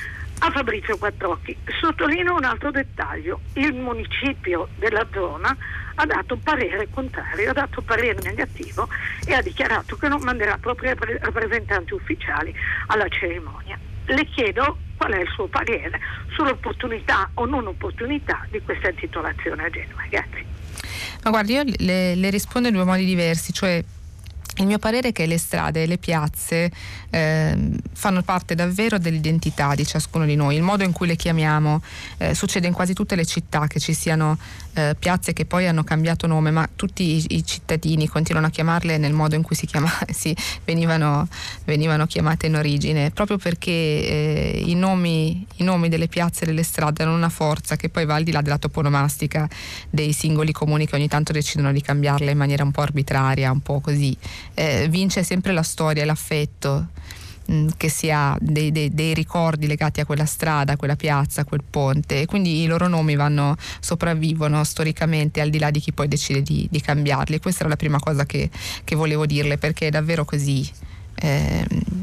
a Fabrizio Quattrocchi. Sottolineo un altro dettaglio: il municipio della zona ha dato parere contrario, ha dato parere negativo e ha dichiarato che non manderà proprio rappresentanti ufficiali alla cerimonia. Le chiedo qual è il suo parere sull'opportunità o non opportunità di questa intitolazione a Genova. Grazie. Ma guardi, io le, le rispondo in due modi diversi, cioè il mio parere è che le strade e le piazze eh, fanno parte davvero dell'identità di ciascuno di noi. Il modo in cui le chiamiamo eh, succede in quasi tutte le città, che ci siano eh, piazze che poi hanno cambiato nome, ma tutti i, i cittadini continuano a chiamarle nel modo in cui si, chiama, si venivano, venivano chiamate in origine, proprio perché eh, i, nomi, i nomi delle piazze e delle strade hanno una forza che poi va al di là della toponomastica dei singoli comuni che ogni tanto decidono di cambiarle in maniera un po' arbitraria, un po' così. Eh, vince sempre la storia e l'affetto mh, che si ha dei, dei, dei ricordi legati a quella strada, a quella piazza, a quel ponte, e quindi i loro nomi vanno, sopravvivono storicamente al di là di chi poi decide di, di cambiarli. Questa era la prima cosa che, che volevo dirle, perché è davvero così. Eh,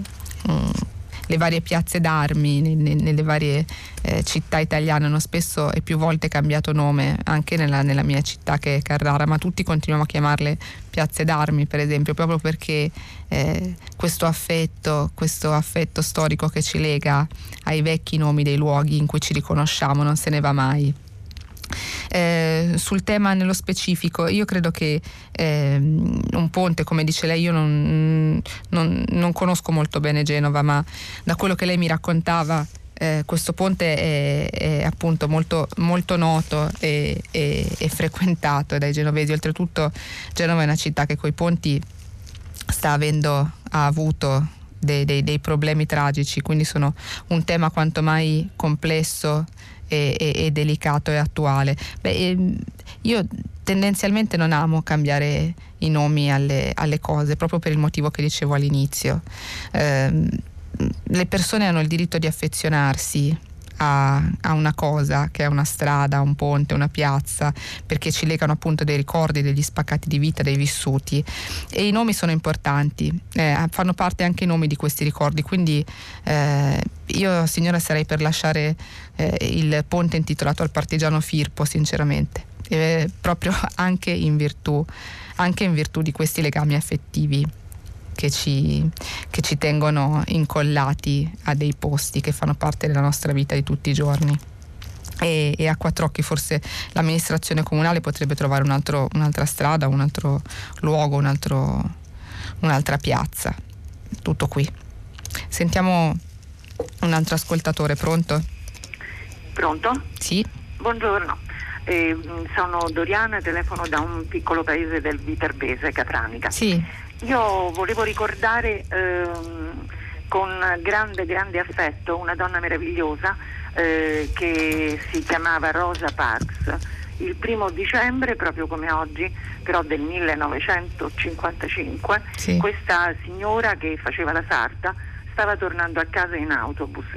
mh, le varie piazze d'armi nelle, nelle varie eh, città italiane hanno spesso e più volte cambiato nome, anche nella, nella mia città che è Carrara, ma tutti continuiamo a chiamarle piazze d'armi, per esempio, proprio perché eh, questo affetto, questo affetto storico che ci lega ai vecchi nomi dei luoghi in cui ci riconosciamo non se ne va mai. eh, sul tema nello specifico, io credo che eh, un ponte, come dice lei, io non, non, non conosco molto bene Genova, ma da quello che lei mi raccontava, eh, questo ponte è, è appunto molto, molto noto e, e, e frequentato dai genovesi. Oltretutto Genova è una città che coi ponti sta avendo, ha avuto dei, dei, dei problemi tragici, quindi sono un tema quanto mai complesso e, e, e delicato e attuale. Beh, io tendenzialmente non amo cambiare i nomi alle, alle cose, proprio per il motivo che dicevo all'inizio. Eh, le persone hanno il diritto di affezionarsi a, a una cosa che è una strada, un ponte, una piazza, perché ci legano appunto dei ricordi, degli spaccati di vita, dei vissuti, e i nomi sono importanti, eh, fanno parte anche i nomi di questi ricordi, quindi eh, io signora sarei per lasciare eh, il ponte intitolato al partigiano Firpo, sinceramente, eh, proprio anche in virtù anche in virtù di questi legami affettivi che ci, che ci tengono incollati a dei posti che fanno parte della nostra vita di tutti i giorni. E, e a quattro occhi forse l'amministrazione comunale potrebbe trovare un altro, un'altra strada, un altro luogo, un altro, un'altra piazza. Tutto qui. Sentiamo un altro ascoltatore. Pronto? Pronto? Sì. Buongiorno. Eh, sono Doriana e telefono da un piccolo paese del Viterbese, Capranica. Sì. Io volevo ricordare ehm, con grande grande affetto una donna meravigliosa eh, che si chiamava Rosa Parks. Il primo dicembre, proprio come oggi, però del millenovecentocinquantacinque, sì. Questa signora che faceva la sarta stava tornando a casa in autobus.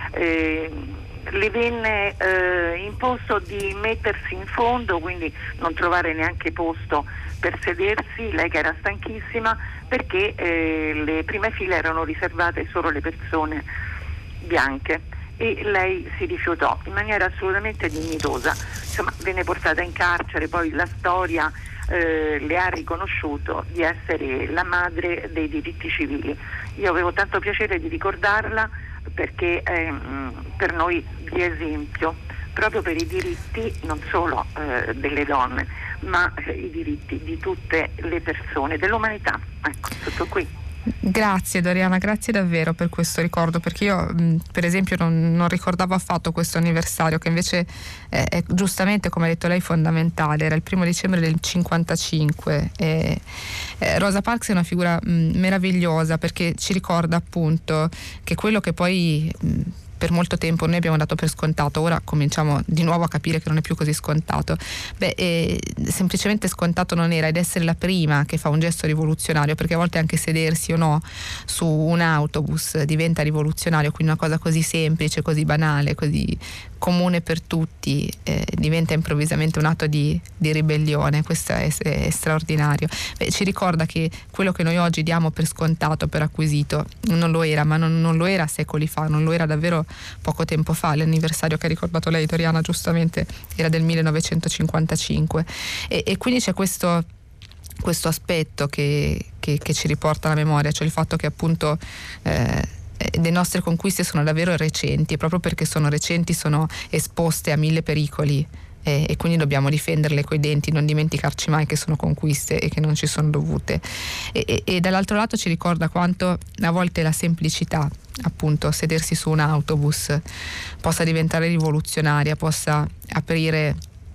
Eh, le venne eh, imposto di mettersi in fondo, quindi non trovare neanche posto per sedersi, lei che era stanchissima, perché eh, le prime file erano riservate solo alle persone bianche, e lei si rifiutò in maniera assolutamente dignitosa. Insomma, venne portata in carcere, poi la storia eh, le ha riconosciuto di essere la madre dei diritti civili. Io avevo tanto piacere di ricordarla, perché è per noi di esempio, proprio per i diritti non solo eh, delle donne, ma eh, i diritti di tutte le persone, dell'umanità. Ecco, tutto qui. Grazie Doriana, grazie davvero per questo ricordo, perché io mh, per esempio non, non ricordavo affatto questo anniversario, che invece è, è giustamente, come ha detto lei, fondamentale. Era il primo dicembre del cinquantacinque e, eh, Rosa Parks è una figura mh, meravigliosa, perché ci ricorda appunto che quello che poi mh, per molto tempo noi abbiamo dato per scontato, ora cominciamo di nuovo a capire che non è più così scontato. Beh, eh, semplicemente scontato non era, ed essere la prima che fa un gesto rivoluzionario, perché a volte anche sedersi o no su un autobus diventa rivoluzionario, quindi una cosa così semplice, così banale, così comune per tutti, eh, diventa improvvisamente un atto di, di ribellione. Questo è, è straordinario. Beh, ci ricorda che quello che noi oggi diamo per scontato, per acquisito, non lo era, ma non, non lo era secoli fa, non lo era davvero poco tempo fa. L'anniversario che ha ricordato lei, Doriana, giustamente era del millenovecentocinquantacinque, e, e quindi c'è questo questo aspetto che, che, che ci riporta alla memoria, cioè il fatto che appunto eh, le nostre conquiste sono davvero recenti, e proprio perché sono recenti sono esposte a mille pericoli, e, e quindi dobbiamo difenderle coi denti, non dimenticarci mai che sono conquiste e che non ci sono dovute. E, e, e dall'altro lato ci ricorda quanto a volte la semplicità, appunto sedersi su un autobus, possa diventare rivoluzionaria, possa aprire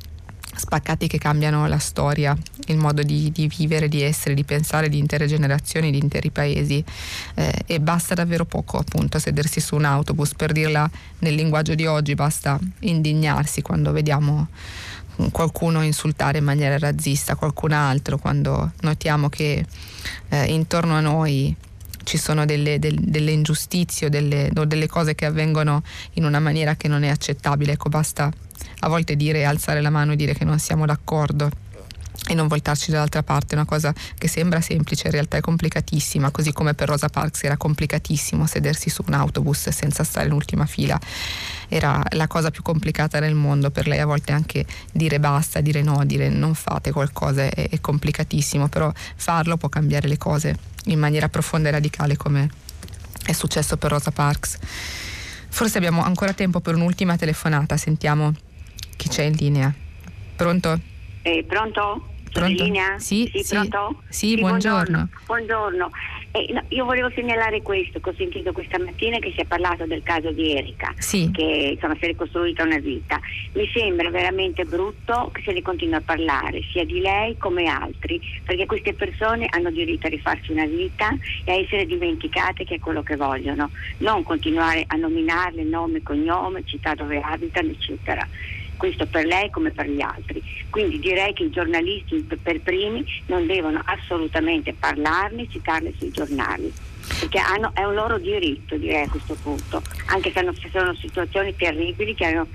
spaccati che cambiano la storia, il modo di, di vivere, di essere, di pensare di intere generazioni, di interi paesi, eh, e basta davvero poco appunto sedersi su un autobus. Per dirla nel linguaggio di oggi, basta indignarsi quando vediamo qualcuno insultare in maniera razzista qualcun altro, quando notiamo che eh, intorno a noi ci sono delle, del, delle ingiustizie o delle, o delle cose che avvengono in una maniera che non è accettabile. Ecco, basta a volte dire, alzare la mano e dire che non siamo d'accordo e non voltarci dall'altra parte. Una cosa che sembra semplice in realtà è complicatissima, così come per Rosa Parks era complicatissimo sedersi su un autobus senza stare in ultima fila. Era la cosa più complicata del mondo per lei. A volte anche dire basta, dire no, dire non fate qualcosa è, è complicatissimo, però farlo può cambiare le cose in maniera profonda e radicale, come è successo per Rosa Parks. Forse abbiamo ancora tempo per un'ultima telefonata, sentiamo chi c'è in linea. Pronto? Eh, pronto? Pronto? Linea? Sì, sì, sì, pronto? sì, sì, buongiorno. Buongiorno. Eh, no, io volevo segnalare questo, che ho sentito questa mattina che si è parlato del caso di Erika, sì. che insomma si è ricostruita una vita. Mi sembra veramente brutto che se ne continua a parlare, sia di lei come altri, perché queste persone hanno diritto a rifarsi una vita e a essere dimenticate, che è quello che vogliono, non continuare a nominarle nome, cognome, città dove abitano, eccetera. Questo per lei come per gli altri. Quindi direi che i giornalisti per primi non devono assolutamente parlarne, citarle sui giornali, perché hanno, è un loro diritto, direi, a questo punto, anche se sono situazioni terribili, che hanno,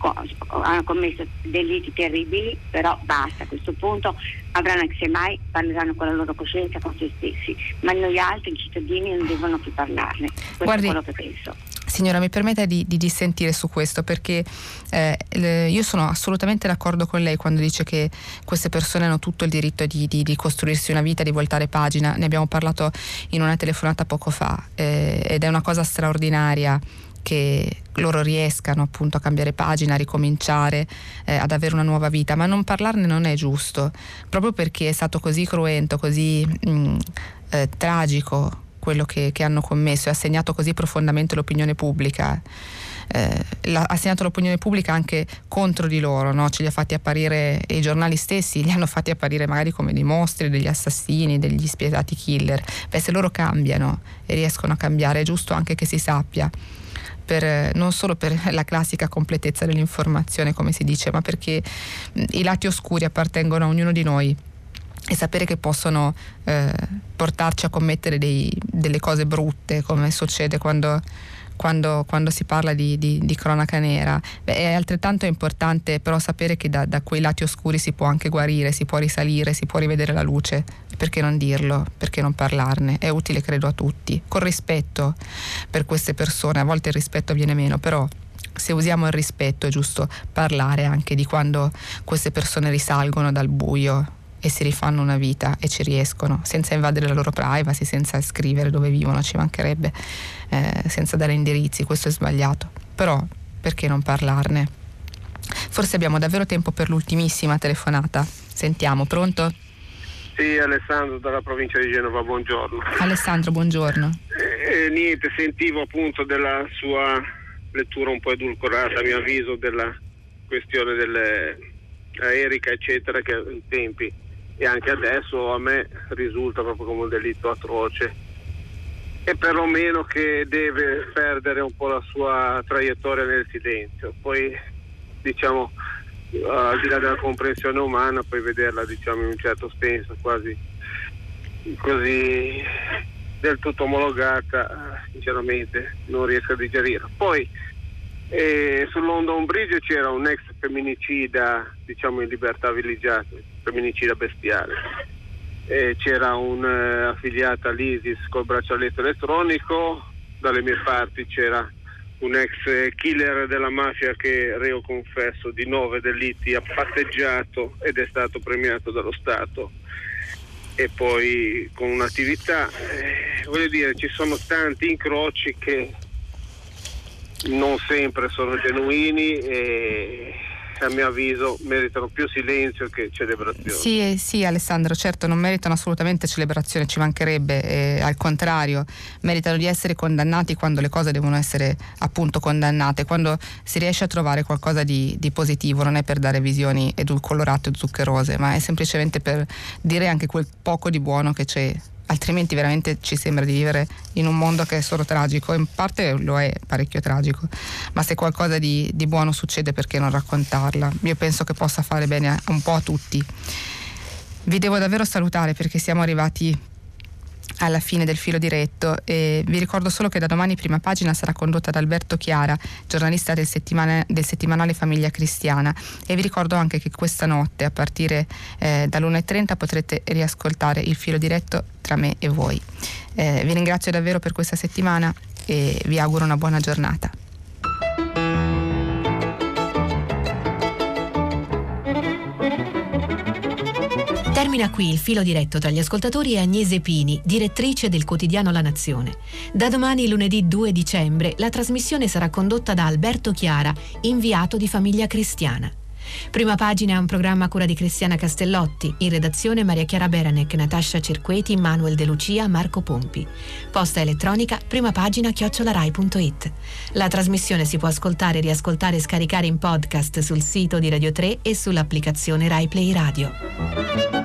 hanno commesso delitti terribili, però basta, a questo punto avranno, semmai parleranno con la loro coscienza, con se stessi, ma noi altri, i cittadini, non devono più parlarne. Questo Guardi, è quello che penso. Signora, mi permetta di, di dissentire su questo, perché eh, le, io sono assolutamente d'accordo con lei quando dice che queste persone hanno tutto il diritto di, di, di costruirsi una vita, di voltare pagina. Ne abbiamo parlato in una telefonata poco fa eh, ed è una cosa straordinaria che loro riescano appunto a cambiare pagina, a ricominciare, eh, ad avere una nuova vita, ma non parlarne non è giusto, proprio perché è stato così cruento, così mh, eh, tragico quello che, che hanno commesso e ha segnato così profondamente l'opinione pubblica. Eh, la, ha segnato l'opinione pubblica anche contro di loro, no? Ce li ha fatti apparire, e i giornali stessi li hanno fatti apparire magari come dei mostri, degli assassini, degli spietati killer. Beh, se loro cambiano e riescono a cambiare, è giusto anche che si sappia, per, non solo per la classica completezza dell'informazione, come si dice, ma perché i lati oscuri appartengono a ognuno di noi, e sapere che possono eh, portarci a commettere dei, delle cose brutte, come succede quando, quando, quando si parla di, di, di cronaca nera. Beh, è altrettanto importante però sapere che da, da quei lati oscuri si può anche guarire, si può risalire, si può rivedere la luce. Perché non dirlo? Perché non parlarne? È utile, credo, a tutti, con rispetto per queste persone. A volte il rispetto viene meno, però se usiamo il rispetto è giusto parlare anche di quando queste persone risalgono dal buio e si rifanno una vita e ci riescono, senza invadere la loro privacy, senza scrivere dove vivono, ci mancherebbe, eh, senza dare indirizzi. Questo è sbagliato, però perché non parlarne? Forse abbiamo davvero tempo per l'ultimissima telefonata. Sentiamo, pronto? Sì, Alessandro dalla provincia di Genova, buongiorno. Alessandro, buongiorno. Eh, niente, sentivo appunto della sua lettura un po' edulcorata, a mio avviso, della questione delle Erika, eccetera, che ai tempi e anche adesso a me risulta proprio come un delitto atroce, e perlomeno che deve perdere un po' la sua traiettoria nel silenzio. Poi, diciamo, uh, al di là della comprensione umana, poi vederla, diciamo, in un certo senso quasi così del tutto omologata, sinceramente non riesco a digerire. Poi E sul London Bridge c'era un ex femminicida, diciamo, in libertà villeggiata, femminicida bestiale. E c'era un'affiliata all'ISIS col braccialetto elettronico. Dalle mie parti c'era un ex killer della mafia che, reo confesso di nove delitti, ha patteggiato ed è stato premiato dallo Stato. E poi con un'attività, eh, voglio dire, ci sono tanti incroci che non sempre sono genuini e a mio avviso meritano più silenzio che celebrazione. Sì, sì, Alessandro, certo non meritano assolutamente celebrazione, ci mancherebbe, eh, al contrario, meritano di essere condannati quando le cose devono essere appunto condannate, quando si riesce a trovare qualcosa di, di positivo. Non è per dare visioni edulcorate o zuccherose, ma è semplicemente per dire anche quel poco di buono che c'è. Altrimenti veramente ci sembra di vivere in un mondo che è solo tragico, in parte lo è parecchio tragico, ma se qualcosa di, di buono succede, perché non raccontarla? Io penso che possa fare bene a, un po' a tutti. Vi devo davvero salutare perché siamo arrivati alla fine del filo diretto, e vi ricordo solo che da domani Prima Pagina sarà condotta da Alberto Chiara, giornalista del, settimana, del settimanale Famiglia Cristiana, e vi ricordo anche che questa notte a partire eh, dall'una e trenta potrete riascoltare il filo diretto tra me e voi. Eh, vi ringrazio davvero per questa settimana e vi auguro una buona giornata. Termina qui il filo diretto tra gli ascoltatori e Agnese Pini, direttrice del quotidiano La Nazione. Da domani, lunedì due dicembre, la trasmissione sarà condotta da Alberto Chiara, inviato di Famiglia Cristiana. Prima Pagina è un programma a cura di Cristiana Castellotti, in redazione Maria Chiara Beranec, Natascia Cerqueti, Manuel De Lucia, Marco Pompi. Posta elettronica primapagina chiocciola rai punto it. La trasmissione si può ascoltare, riascoltare e scaricare in podcast sul sito di Radio tre e sull'applicazione Rai Play Radio.